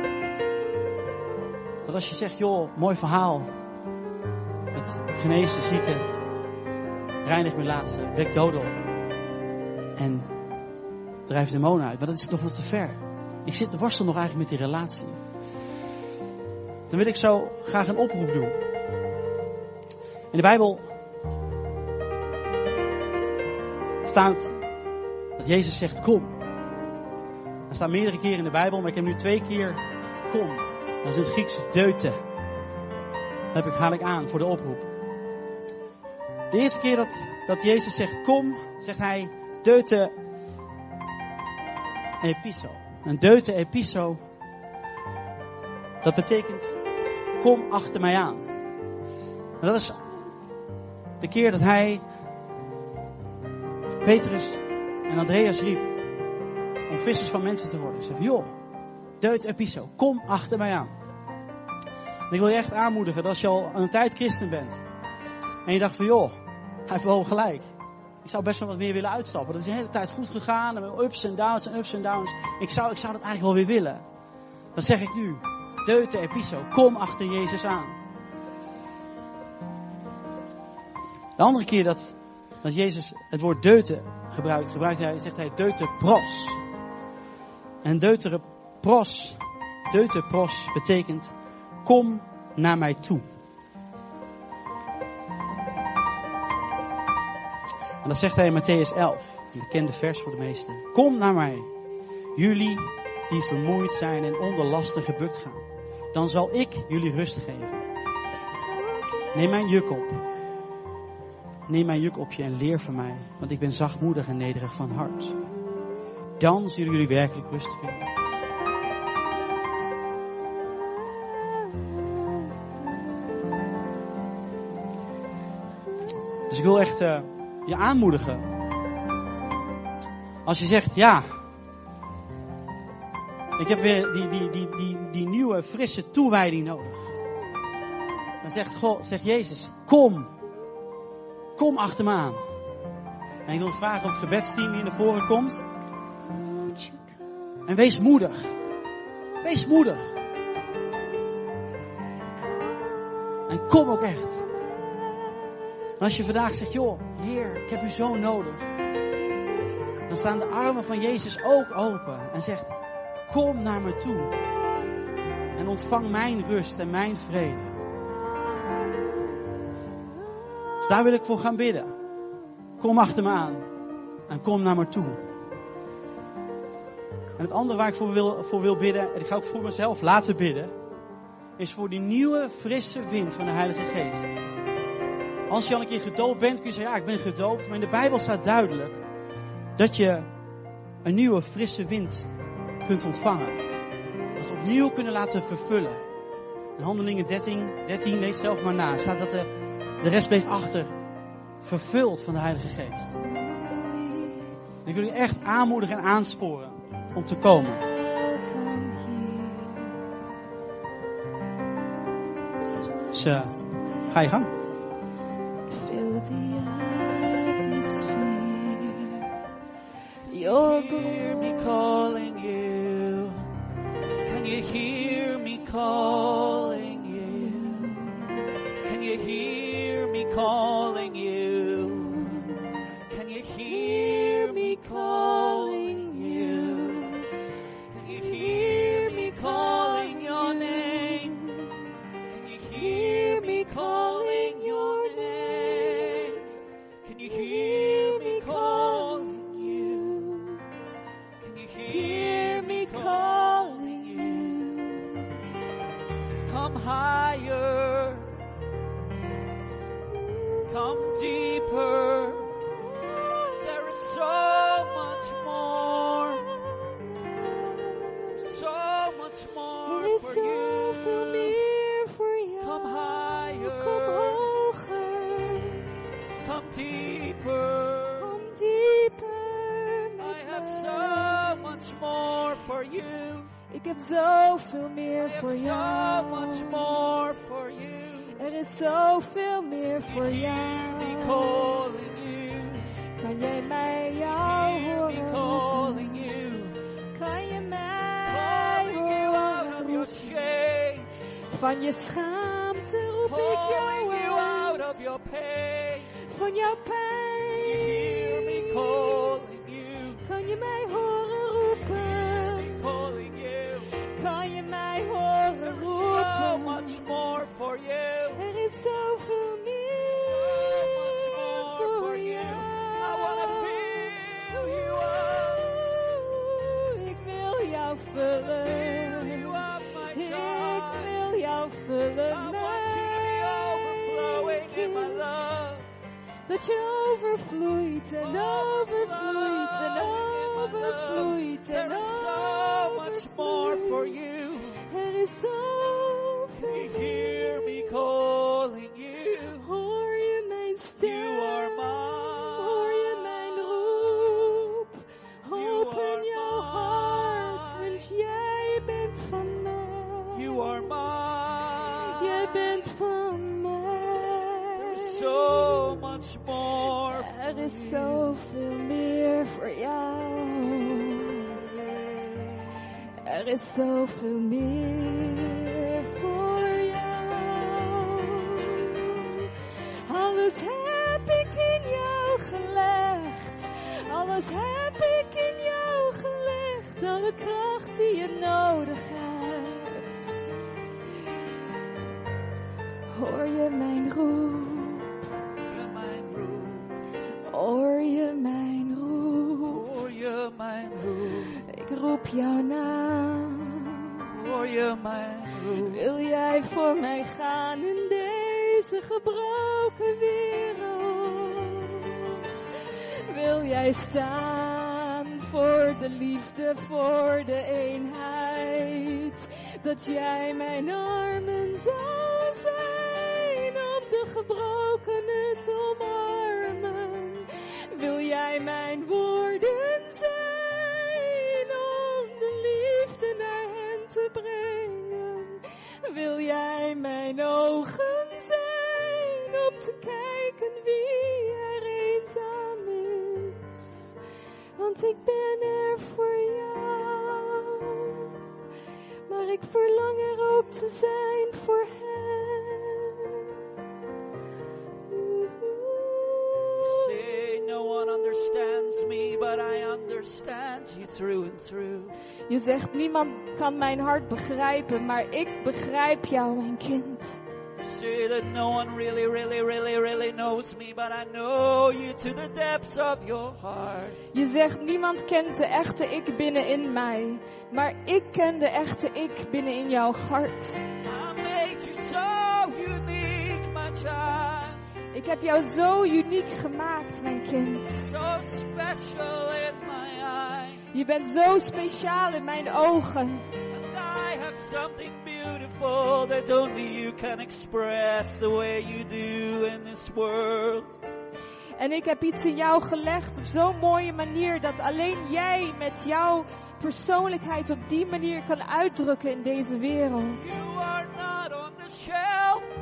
Speaker 1: Dat als je zegt, joh, mooi verhaal. Het genezen zieken, reinig mijn laatste, wek doden op. En drijf demonen uit. Maar dat is toch wat te ver. Ik zit worstel nog eigenlijk met die relatie. Dan wil ik zo graag een oproep doen. In de Bijbel staat dat Jezus zegt kom. Er staat meerdere keren in de Bijbel, maar ik heb nu twee keer kom. Dat is in het Grieks deute. Dat heb ik, haal ik aan voor de oproep. De eerste keer dat, dat Jezus zegt kom, zegt hij deute episo. Een deute episo, dat betekent kom achter mij aan. En dat is de keer dat hij Petrus en Andreas riep om vissers van mensen te worden. Hij zei, joh, deut episo, kom achter mij aan. En ik wil je echt aanmoedigen dat als je al een tijd christen bent en je dacht van joh, hij heeft wel gelijk. Ik zou best wel wat meer willen uitstappen. Dat is de hele tijd goed gegaan. En ups en downs en ups en downs. Ik zou, ik zou dat eigenlijk wel weer willen. Dan zeg ik nu, deute episo, kom achter Jezus aan. De andere keer dat, dat Jezus het woord deute gebruikt, gebruikt hij, zegt hij deute pros. En deutere pros, deute pros betekent kom naar mij toe. En dat zegt hij in Mattheüs elf, een bekende vers voor de meesten. Kom naar mij, jullie die vermoeid zijn en onder lasten gebukt gaan. Dan zal ik jullie rust geven. Neem mijn juk op. Neem mijn juk op je en leer van mij, want ik ben zachtmoedig en nederig van hart. Dan zullen jullie werkelijk rust vinden. Dus ik wil echt uh, je aanmoedigen. Als je zegt, ja, ik heb weer die, die, die, die, die nieuwe, frisse toewijding nodig. Dan zegt, God, zegt Jezus, kom. Kom achter me aan. En ik wil vragen of het gebedsteam hier naar voren komt. En wees moedig. Wees moedig. En kom ook echt. En als je vandaag zegt, joh, Heer, ik heb u zo nodig. Dan staan de armen van Jezus ook open. En zegt, kom naar me toe. En ontvang mijn rust en mijn vrede. Dus daar wil ik voor gaan bidden. Kom achter me aan. En kom naar me toe. En het andere waar ik voor wil, voor wil bidden, en ik ga ook voor mezelf laten bidden, is voor die nieuwe, frisse wind van de Heilige Geest. Als je al een keer gedoopt bent, kun je zeggen, ja, ik ben gedoopt. Maar in de Bijbel staat duidelijk dat je een nieuwe, frisse wind kunt ontvangen. Dat we opnieuw kunnen laten vervullen. In Handelingen dertien, dertien lees zelf maar na, staat dat de, de rest bleef achter, vervuld van de Heilige Geest. En ik wil je echt aanmoedigen en aansporen om te komen. Dus uh, ga je gang.
Speaker 3: Fill the atmosphere. Your
Speaker 2: Hear me calling you. Can you hear me calling you? Can you hear me calling you? Can you hear me calling you? Can you hear me calling your name? Can you hear me calling your name? Can you hear me calling you? Can you hear me calling you? Come higher. Come deeper. There is so much more. So much more
Speaker 3: Er is
Speaker 2: for
Speaker 3: zoveel
Speaker 2: you.
Speaker 3: meer voor jou.
Speaker 2: Come higher.
Speaker 3: Kom hoger.
Speaker 2: Come deeper.
Speaker 3: Kom dieper met
Speaker 2: I have
Speaker 3: mij.
Speaker 2: so much more for you.
Speaker 3: Ik heb zoveel meer
Speaker 2: I have
Speaker 3: voor
Speaker 2: so
Speaker 3: jou.
Speaker 2: much more for you.
Speaker 3: Er is zoveel meer
Speaker 2: Can
Speaker 3: voor
Speaker 2: you hear me
Speaker 3: jou.
Speaker 2: calling you?
Speaker 3: Kan jij mij
Speaker 2: Can
Speaker 3: jou
Speaker 2: you hear me
Speaker 3: horen?
Speaker 2: calling you?
Speaker 3: Kan je mij
Speaker 2: Calling you out of your
Speaker 3: horen?
Speaker 2: shame.
Speaker 3: Van je schaamte roep ik
Speaker 2: Calling
Speaker 3: jou
Speaker 2: you out
Speaker 3: uit.
Speaker 2: of your pain.
Speaker 3: Van jouw
Speaker 2: Can you hear me
Speaker 3: pijn.
Speaker 2: calling you?
Speaker 3: Kan je mij horen
Speaker 2: Hear
Speaker 3: roepen?
Speaker 2: me calling you.
Speaker 3: Kan je mij horen
Speaker 2: There is so
Speaker 3: roepen?
Speaker 2: much more for you.
Speaker 3: Er is zoveel
Speaker 2: So
Speaker 3: meer
Speaker 2: much more for
Speaker 3: voor
Speaker 2: you.
Speaker 3: jou.
Speaker 2: I wanna fill you up.
Speaker 3: Ik wil jou
Speaker 2: Fill
Speaker 3: vullen.
Speaker 2: you up, my
Speaker 3: Ik
Speaker 2: child.
Speaker 3: wil jou vullen.
Speaker 2: I want you to be overflowing in my love.
Speaker 3: Dat je overvloeit en overvloeit en overvloeit en
Speaker 2: There is so much more for you.
Speaker 3: Er is
Speaker 2: Can
Speaker 3: zoveel
Speaker 2: you hear me calling you?
Speaker 3: Hoor je mijn stem?
Speaker 2: You are mine.
Speaker 3: Hoor je mijn roep?
Speaker 2: You
Speaker 3: Open
Speaker 2: are
Speaker 3: jouw hart,
Speaker 2: mine.
Speaker 3: want jij bent van mij.
Speaker 2: You are mine.
Speaker 3: Jij bent van mij.
Speaker 2: There is so much more
Speaker 3: Er
Speaker 2: for
Speaker 3: is
Speaker 2: you.
Speaker 3: zoveel meer voor jou. Er is zoveel meer voor jou. Alles heb ik in jou gelegd. Alles heb ik in jou gelegd. Alle kracht die je nodig hebt. Hoor je mijn roep?
Speaker 2: Hoor mijn roep.
Speaker 3: Hoor je mijn roep?
Speaker 2: Hoor je mijn roep.
Speaker 3: Ik roep jouw naam.
Speaker 2: Hoor je mijn roep.
Speaker 3: Wil jij voor mij gaan in deze gebroken wereld? Wil jij staan voor de liefde, voor de eenheid? Dat jij mijn armen zal zijn om de gebrokenen te omarmen? Wil jij mijn woorden zijn om de liefde naar hen te brengen? Wil jij mijn ogen zijn om te kijken wie er eenzaam is? Want ik ben er voor jou, maar ik verlang er ook te zijn voor hen.
Speaker 2: Say no one understands me, but I understand you through and through.
Speaker 3: Je zegt, niemand kan mijn hart begrijpen, maar ik begrijp jou, mijn kind.
Speaker 2: Say that no one really, really, really, really knows me, but I know you to the depths of your heart.
Speaker 3: Je zegt, niemand kent de echte ik binnenin mij, maar ik ken de echte ik binnenin jouw hart.
Speaker 2: I made you so unique, my child.
Speaker 3: Ik heb jou zo uniek gemaakt, mijn kind.
Speaker 2: So special in my eyes.
Speaker 3: Je bent zo speciaal in mijn ogen.
Speaker 2: And I have something beautiful that only you can express the way you do in this world.
Speaker 3: En ik heb iets in jou gelegd op zo'n mooie manier dat alleen jij met jouw persoonlijkheid op die manier kan uitdrukken in deze wereld.
Speaker 2: You are not on the shelf, my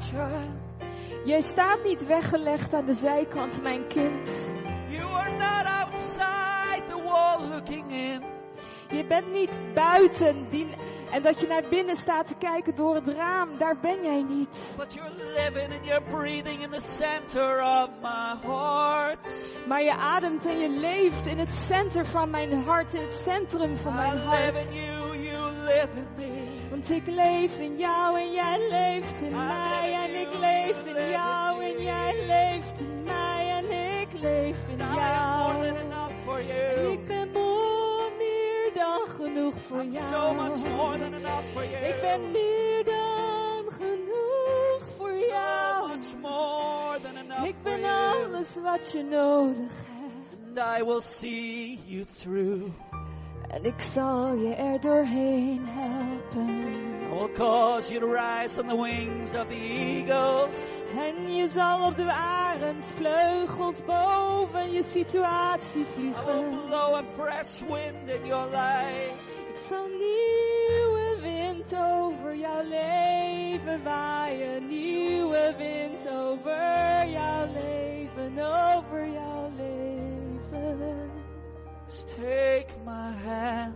Speaker 2: child.
Speaker 3: Jij staat niet weggelegd aan de zijkant, mijn kind.
Speaker 2: You are not outside the wall looking in.
Speaker 3: Je bent niet buiten die, en dat je naar binnen staat te kijken door het raam. Daar ben jij niet.
Speaker 2: But you're living and you're breathing in the center of my heart.
Speaker 3: Maar je ademt en je leeft in het center van mijn hart, in het centrum van mijn
Speaker 2: I live in
Speaker 3: hart.
Speaker 2: you, you live in me.
Speaker 3: Want ik leef in jou en jij leeft in
Speaker 2: I
Speaker 3: mij.
Speaker 2: live
Speaker 3: En
Speaker 2: in
Speaker 3: ik
Speaker 2: you,
Speaker 3: leef
Speaker 2: you
Speaker 3: in
Speaker 2: live
Speaker 3: jou
Speaker 2: in
Speaker 3: en
Speaker 2: me.
Speaker 3: jij leeft in mij. En ik leef in
Speaker 2: I am more
Speaker 3: jou.
Speaker 2: than enough for
Speaker 3: En
Speaker 2: you.
Speaker 3: ik ben mooi, meer dan genoeg voor
Speaker 2: I'm
Speaker 3: jou.
Speaker 2: so much more than enough for you.
Speaker 3: Ik ben meer dan genoeg voor
Speaker 2: so
Speaker 3: jou.
Speaker 2: much more than enough
Speaker 3: Ik
Speaker 2: for
Speaker 3: ben
Speaker 2: you.
Speaker 3: alles wat je nodig hebt.
Speaker 2: And I will see you through.
Speaker 3: En ik zal je er doorheen helpen.
Speaker 2: I will cause you to rise on the wings of the eagle.
Speaker 3: En je zal op de arendsvleugels boven je situatie
Speaker 2: I will
Speaker 3: vliegen.
Speaker 2: blow a fresh wind in your life.
Speaker 3: Ik zal nieuwe wind over jouw leven waaien. Nieuwe wind over jouw leven, over jouw leven.
Speaker 2: Just take my hand.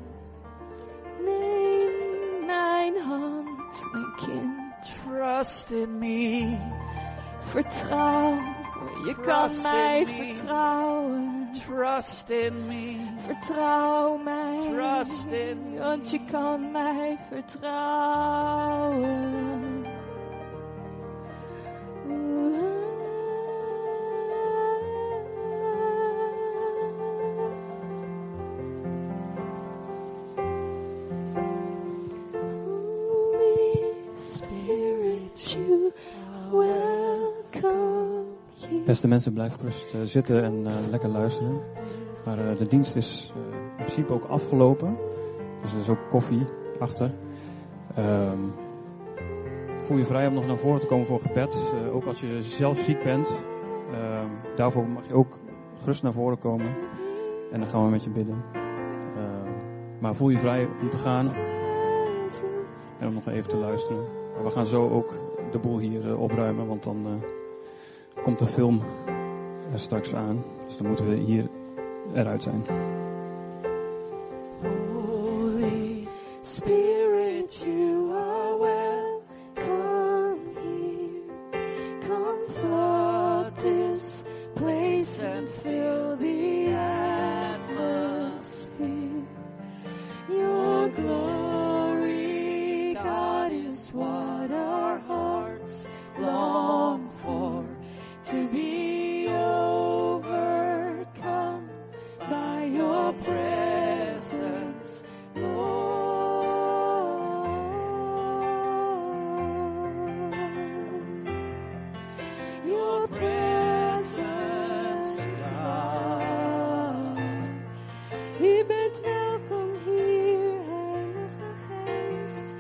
Speaker 3: Neem mijn hand, mijn kind.
Speaker 2: Trust in me.
Speaker 3: Vertrouw, je kan
Speaker 2: Trust
Speaker 3: mij
Speaker 2: in me.
Speaker 3: vertrouwen.
Speaker 2: Trust in me.
Speaker 3: Vertrouw mij,
Speaker 2: Trust in me.
Speaker 3: want je kan mij vertrouwen. Holy Spirit, you welcome here.
Speaker 4: Beste mensen, blijf gerust uh, zitten en uh, lekker luisteren. Maar uh, de dienst is uh, in principe ook afgelopen. Dus er is ook koffie achter. Um, voel je vrij om nog naar voren te komen voor gebed. Uh, ook als je zelf ziek bent. Um, daarvoor mag je ook gerust naar voren komen. En dan gaan we met je bidden. Um, maar voel je vrij om te gaan. En om nog even te luisteren. Maar we gaan zo ook de boel hier uh, opruimen. Want dan uh, komt de film er straks aan. Dus dan moeten we hier eruit zijn.
Speaker 3: Holy Spirit, you are welcome here. Come flood this place and fill the atmosphere. Your glory, God, is what our hearts long for. To be overcome by your presence, Lord. Your presence, God. U bent welkom hier, Heilige Geest.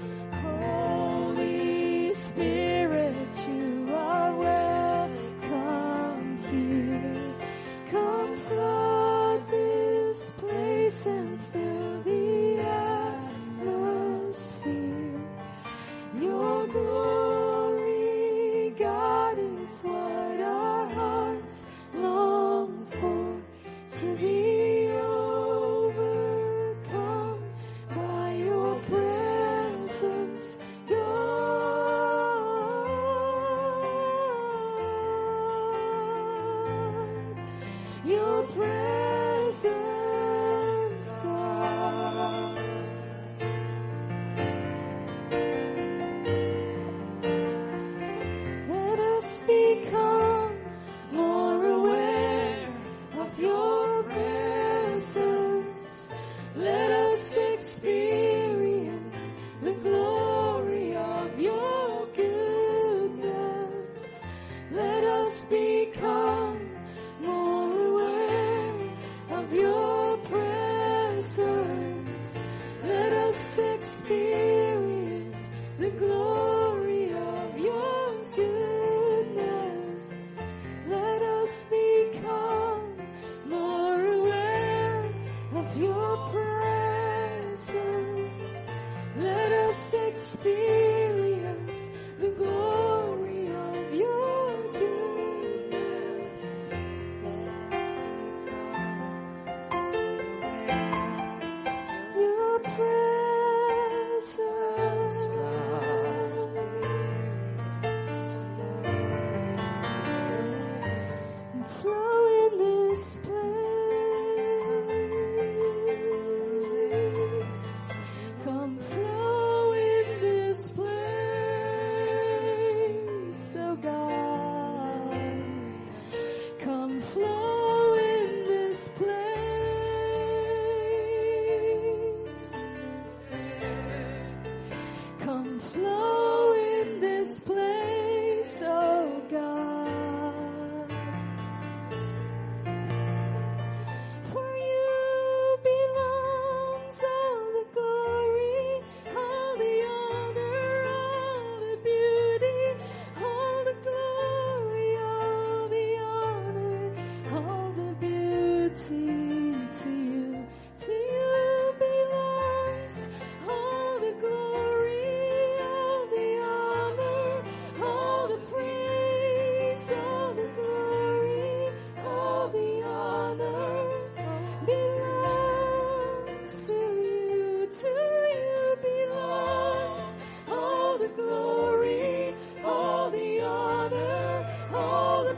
Speaker 3: Holy Spirit, you are welcome here. Come flood this place and fill the atmosphere. Your glory, God, is what our hearts long for. To be overcome by your presence, God. Your presence, God. Let us become more aware of your presence. Let us experience the glory of your goodness. Let us become more aware of your presence. Let us experience the glory of your goodness. Let us become more aware of your presence. Let us experience the glory of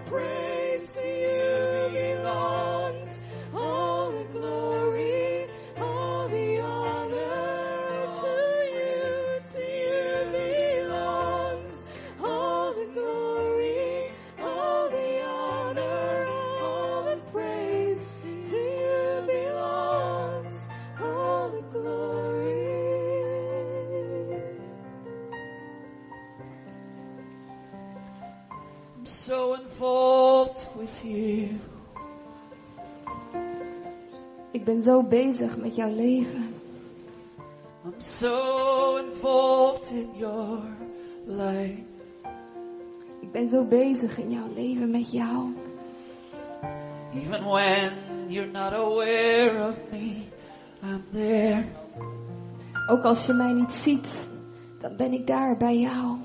Speaker 3: praise to you belongs. All the glory, all the honor to you, to you belongs. All the glory, all the honor, all the praise to you belongs. All the glory.
Speaker 2: I'm so involved with you.
Speaker 3: Ik ben zo bezig met jouw leven.
Speaker 2: I'm so involved in your life.
Speaker 3: Ik ben zo bezig in jouw leven met jou.
Speaker 2: Even when you're not aware of me, I'm there.
Speaker 3: Ook als je mij niet ziet, dan ben ik daar bij jou.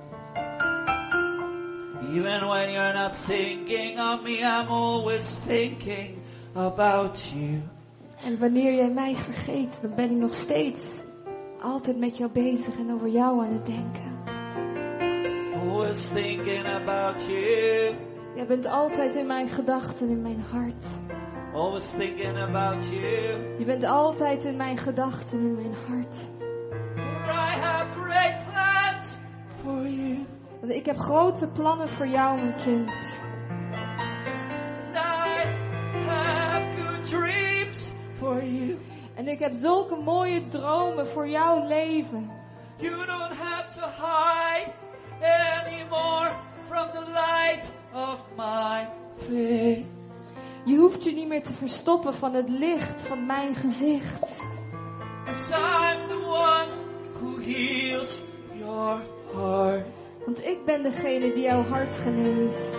Speaker 2: Even when you're not thinking of me, I'm always thinking about you.
Speaker 3: En wanneer jij mij vergeet, dan ben ik nog steeds altijd met jou bezig en over jou aan het denken.
Speaker 2: Always thinking about you.
Speaker 3: Jij bent altijd in mijn gedachten, in mijn hart.
Speaker 2: Always thinking about you.
Speaker 3: Je bent altijd in mijn gedachten, in mijn hart.
Speaker 2: For I have great plans for you.
Speaker 3: Want ik heb grote plannen voor jou, mijn kind.
Speaker 2: And I have good dreams for you.
Speaker 3: En ik heb zulke mooie dromen voor jouw leven.
Speaker 2: You don't have to hide anymore from the light of my face.
Speaker 3: Je hoeft je niet meer te verstoppen van het licht van mijn gezicht.
Speaker 2: 'Cause I'm the one who heals your heart.
Speaker 3: Want ik ben degene die jouw hart geneest.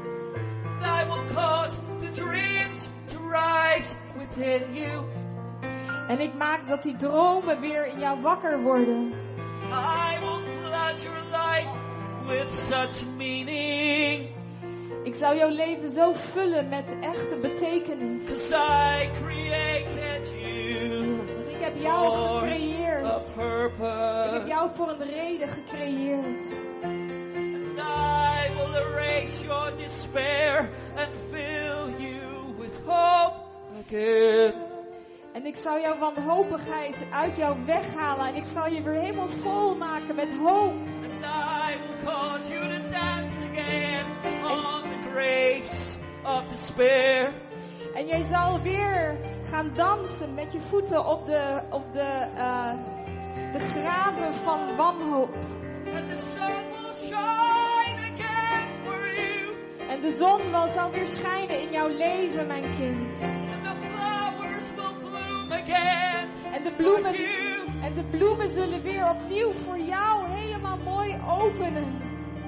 Speaker 2: I will cause the dreams to rise within you.
Speaker 3: En ik maak dat die dromen weer in jou wakker worden.
Speaker 2: I will flood your life with such meaning.
Speaker 3: Ik zal jouw leven zo vullen met echte betekenis.
Speaker 2: 'Cause I created you
Speaker 3: Want ik heb jou
Speaker 2: for a
Speaker 3: gecreëerd. Ik heb
Speaker 2: purpose.
Speaker 3: jou voor een reden gecreëerd.
Speaker 2: And I will erase your despair and fill you with hope again.
Speaker 3: En ik zal jouw wanhopigheid uit jou weghalen. En ik zal je weer helemaal vol maken met hoop.
Speaker 2: And I will cause you to dance again on the graves of despair.
Speaker 3: En jij zal weer gaan dansen met je voeten op de, op de, uh, de graven van wanhoop.
Speaker 2: And the sun will shine again for you.
Speaker 3: En de zon wel zal weer schijnen in jouw leven, mijn kind.
Speaker 2: And the flowers will bloom again
Speaker 3: En de
Speaker 2: for
Speaker 3: bloemen,
Speaker 2: you.
Speaker 3: en de bloemen zullen weer opnieuw voor jou helemaal mooi openen.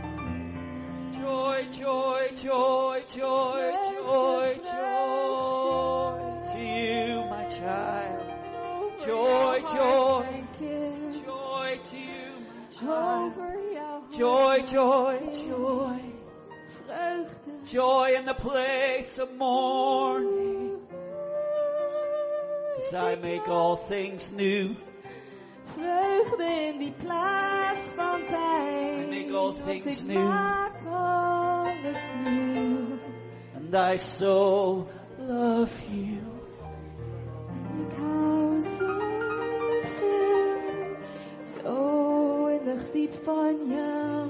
Speaker 2: Joy, joy, joy, joy, joy, joy to you, my child. Joy, joy,
Speaker 3: Mijn kind.
Speaker 2: joy to you, my
Speaker 3: Joy
Speaker 2: child.
Speaker 3: voor jou.
Speaker 2: Joy, joy, joy.
Speaker 3: Vreugde.
Speaker 2: Joy in the place of mourning. 'Cause I make all things new.
Speaker 3: Vreugde in die plaats van pijn.
Speaker 2: I make all
Speaker 3: Want
Speaker 2: things
Speaker 3: ik
Speaker 2: new.
Speaker 3: maak alles nieuw.
Speaker 2: And I so love you.
Speaker 3: Ik hou zo veel, zo innig diep van jou.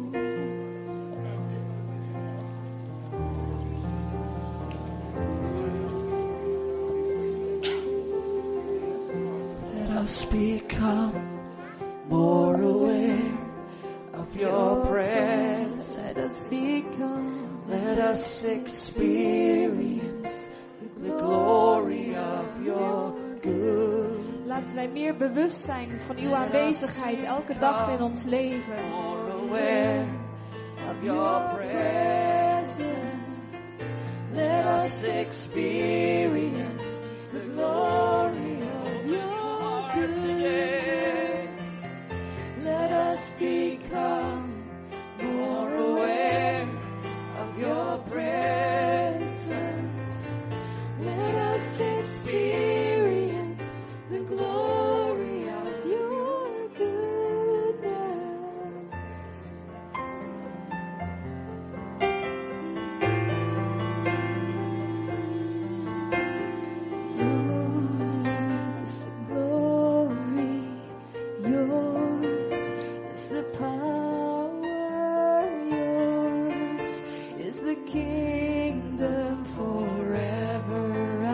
Speaker 2: Let us become more aware of your presence.
Speaker 3: Let us become.
Speaker 2: Let us experience the glory of your good.
Speaker 3: Laten wij meer bewust zijn van uw aanwezigheid elke dag in ons leven.
Speaker 2: More aware of your presence. Let us experience the glory of your heart today. Let us become more aware of your presence. Let us experience the glory of your goodness.
Speaker 3: kingdom forever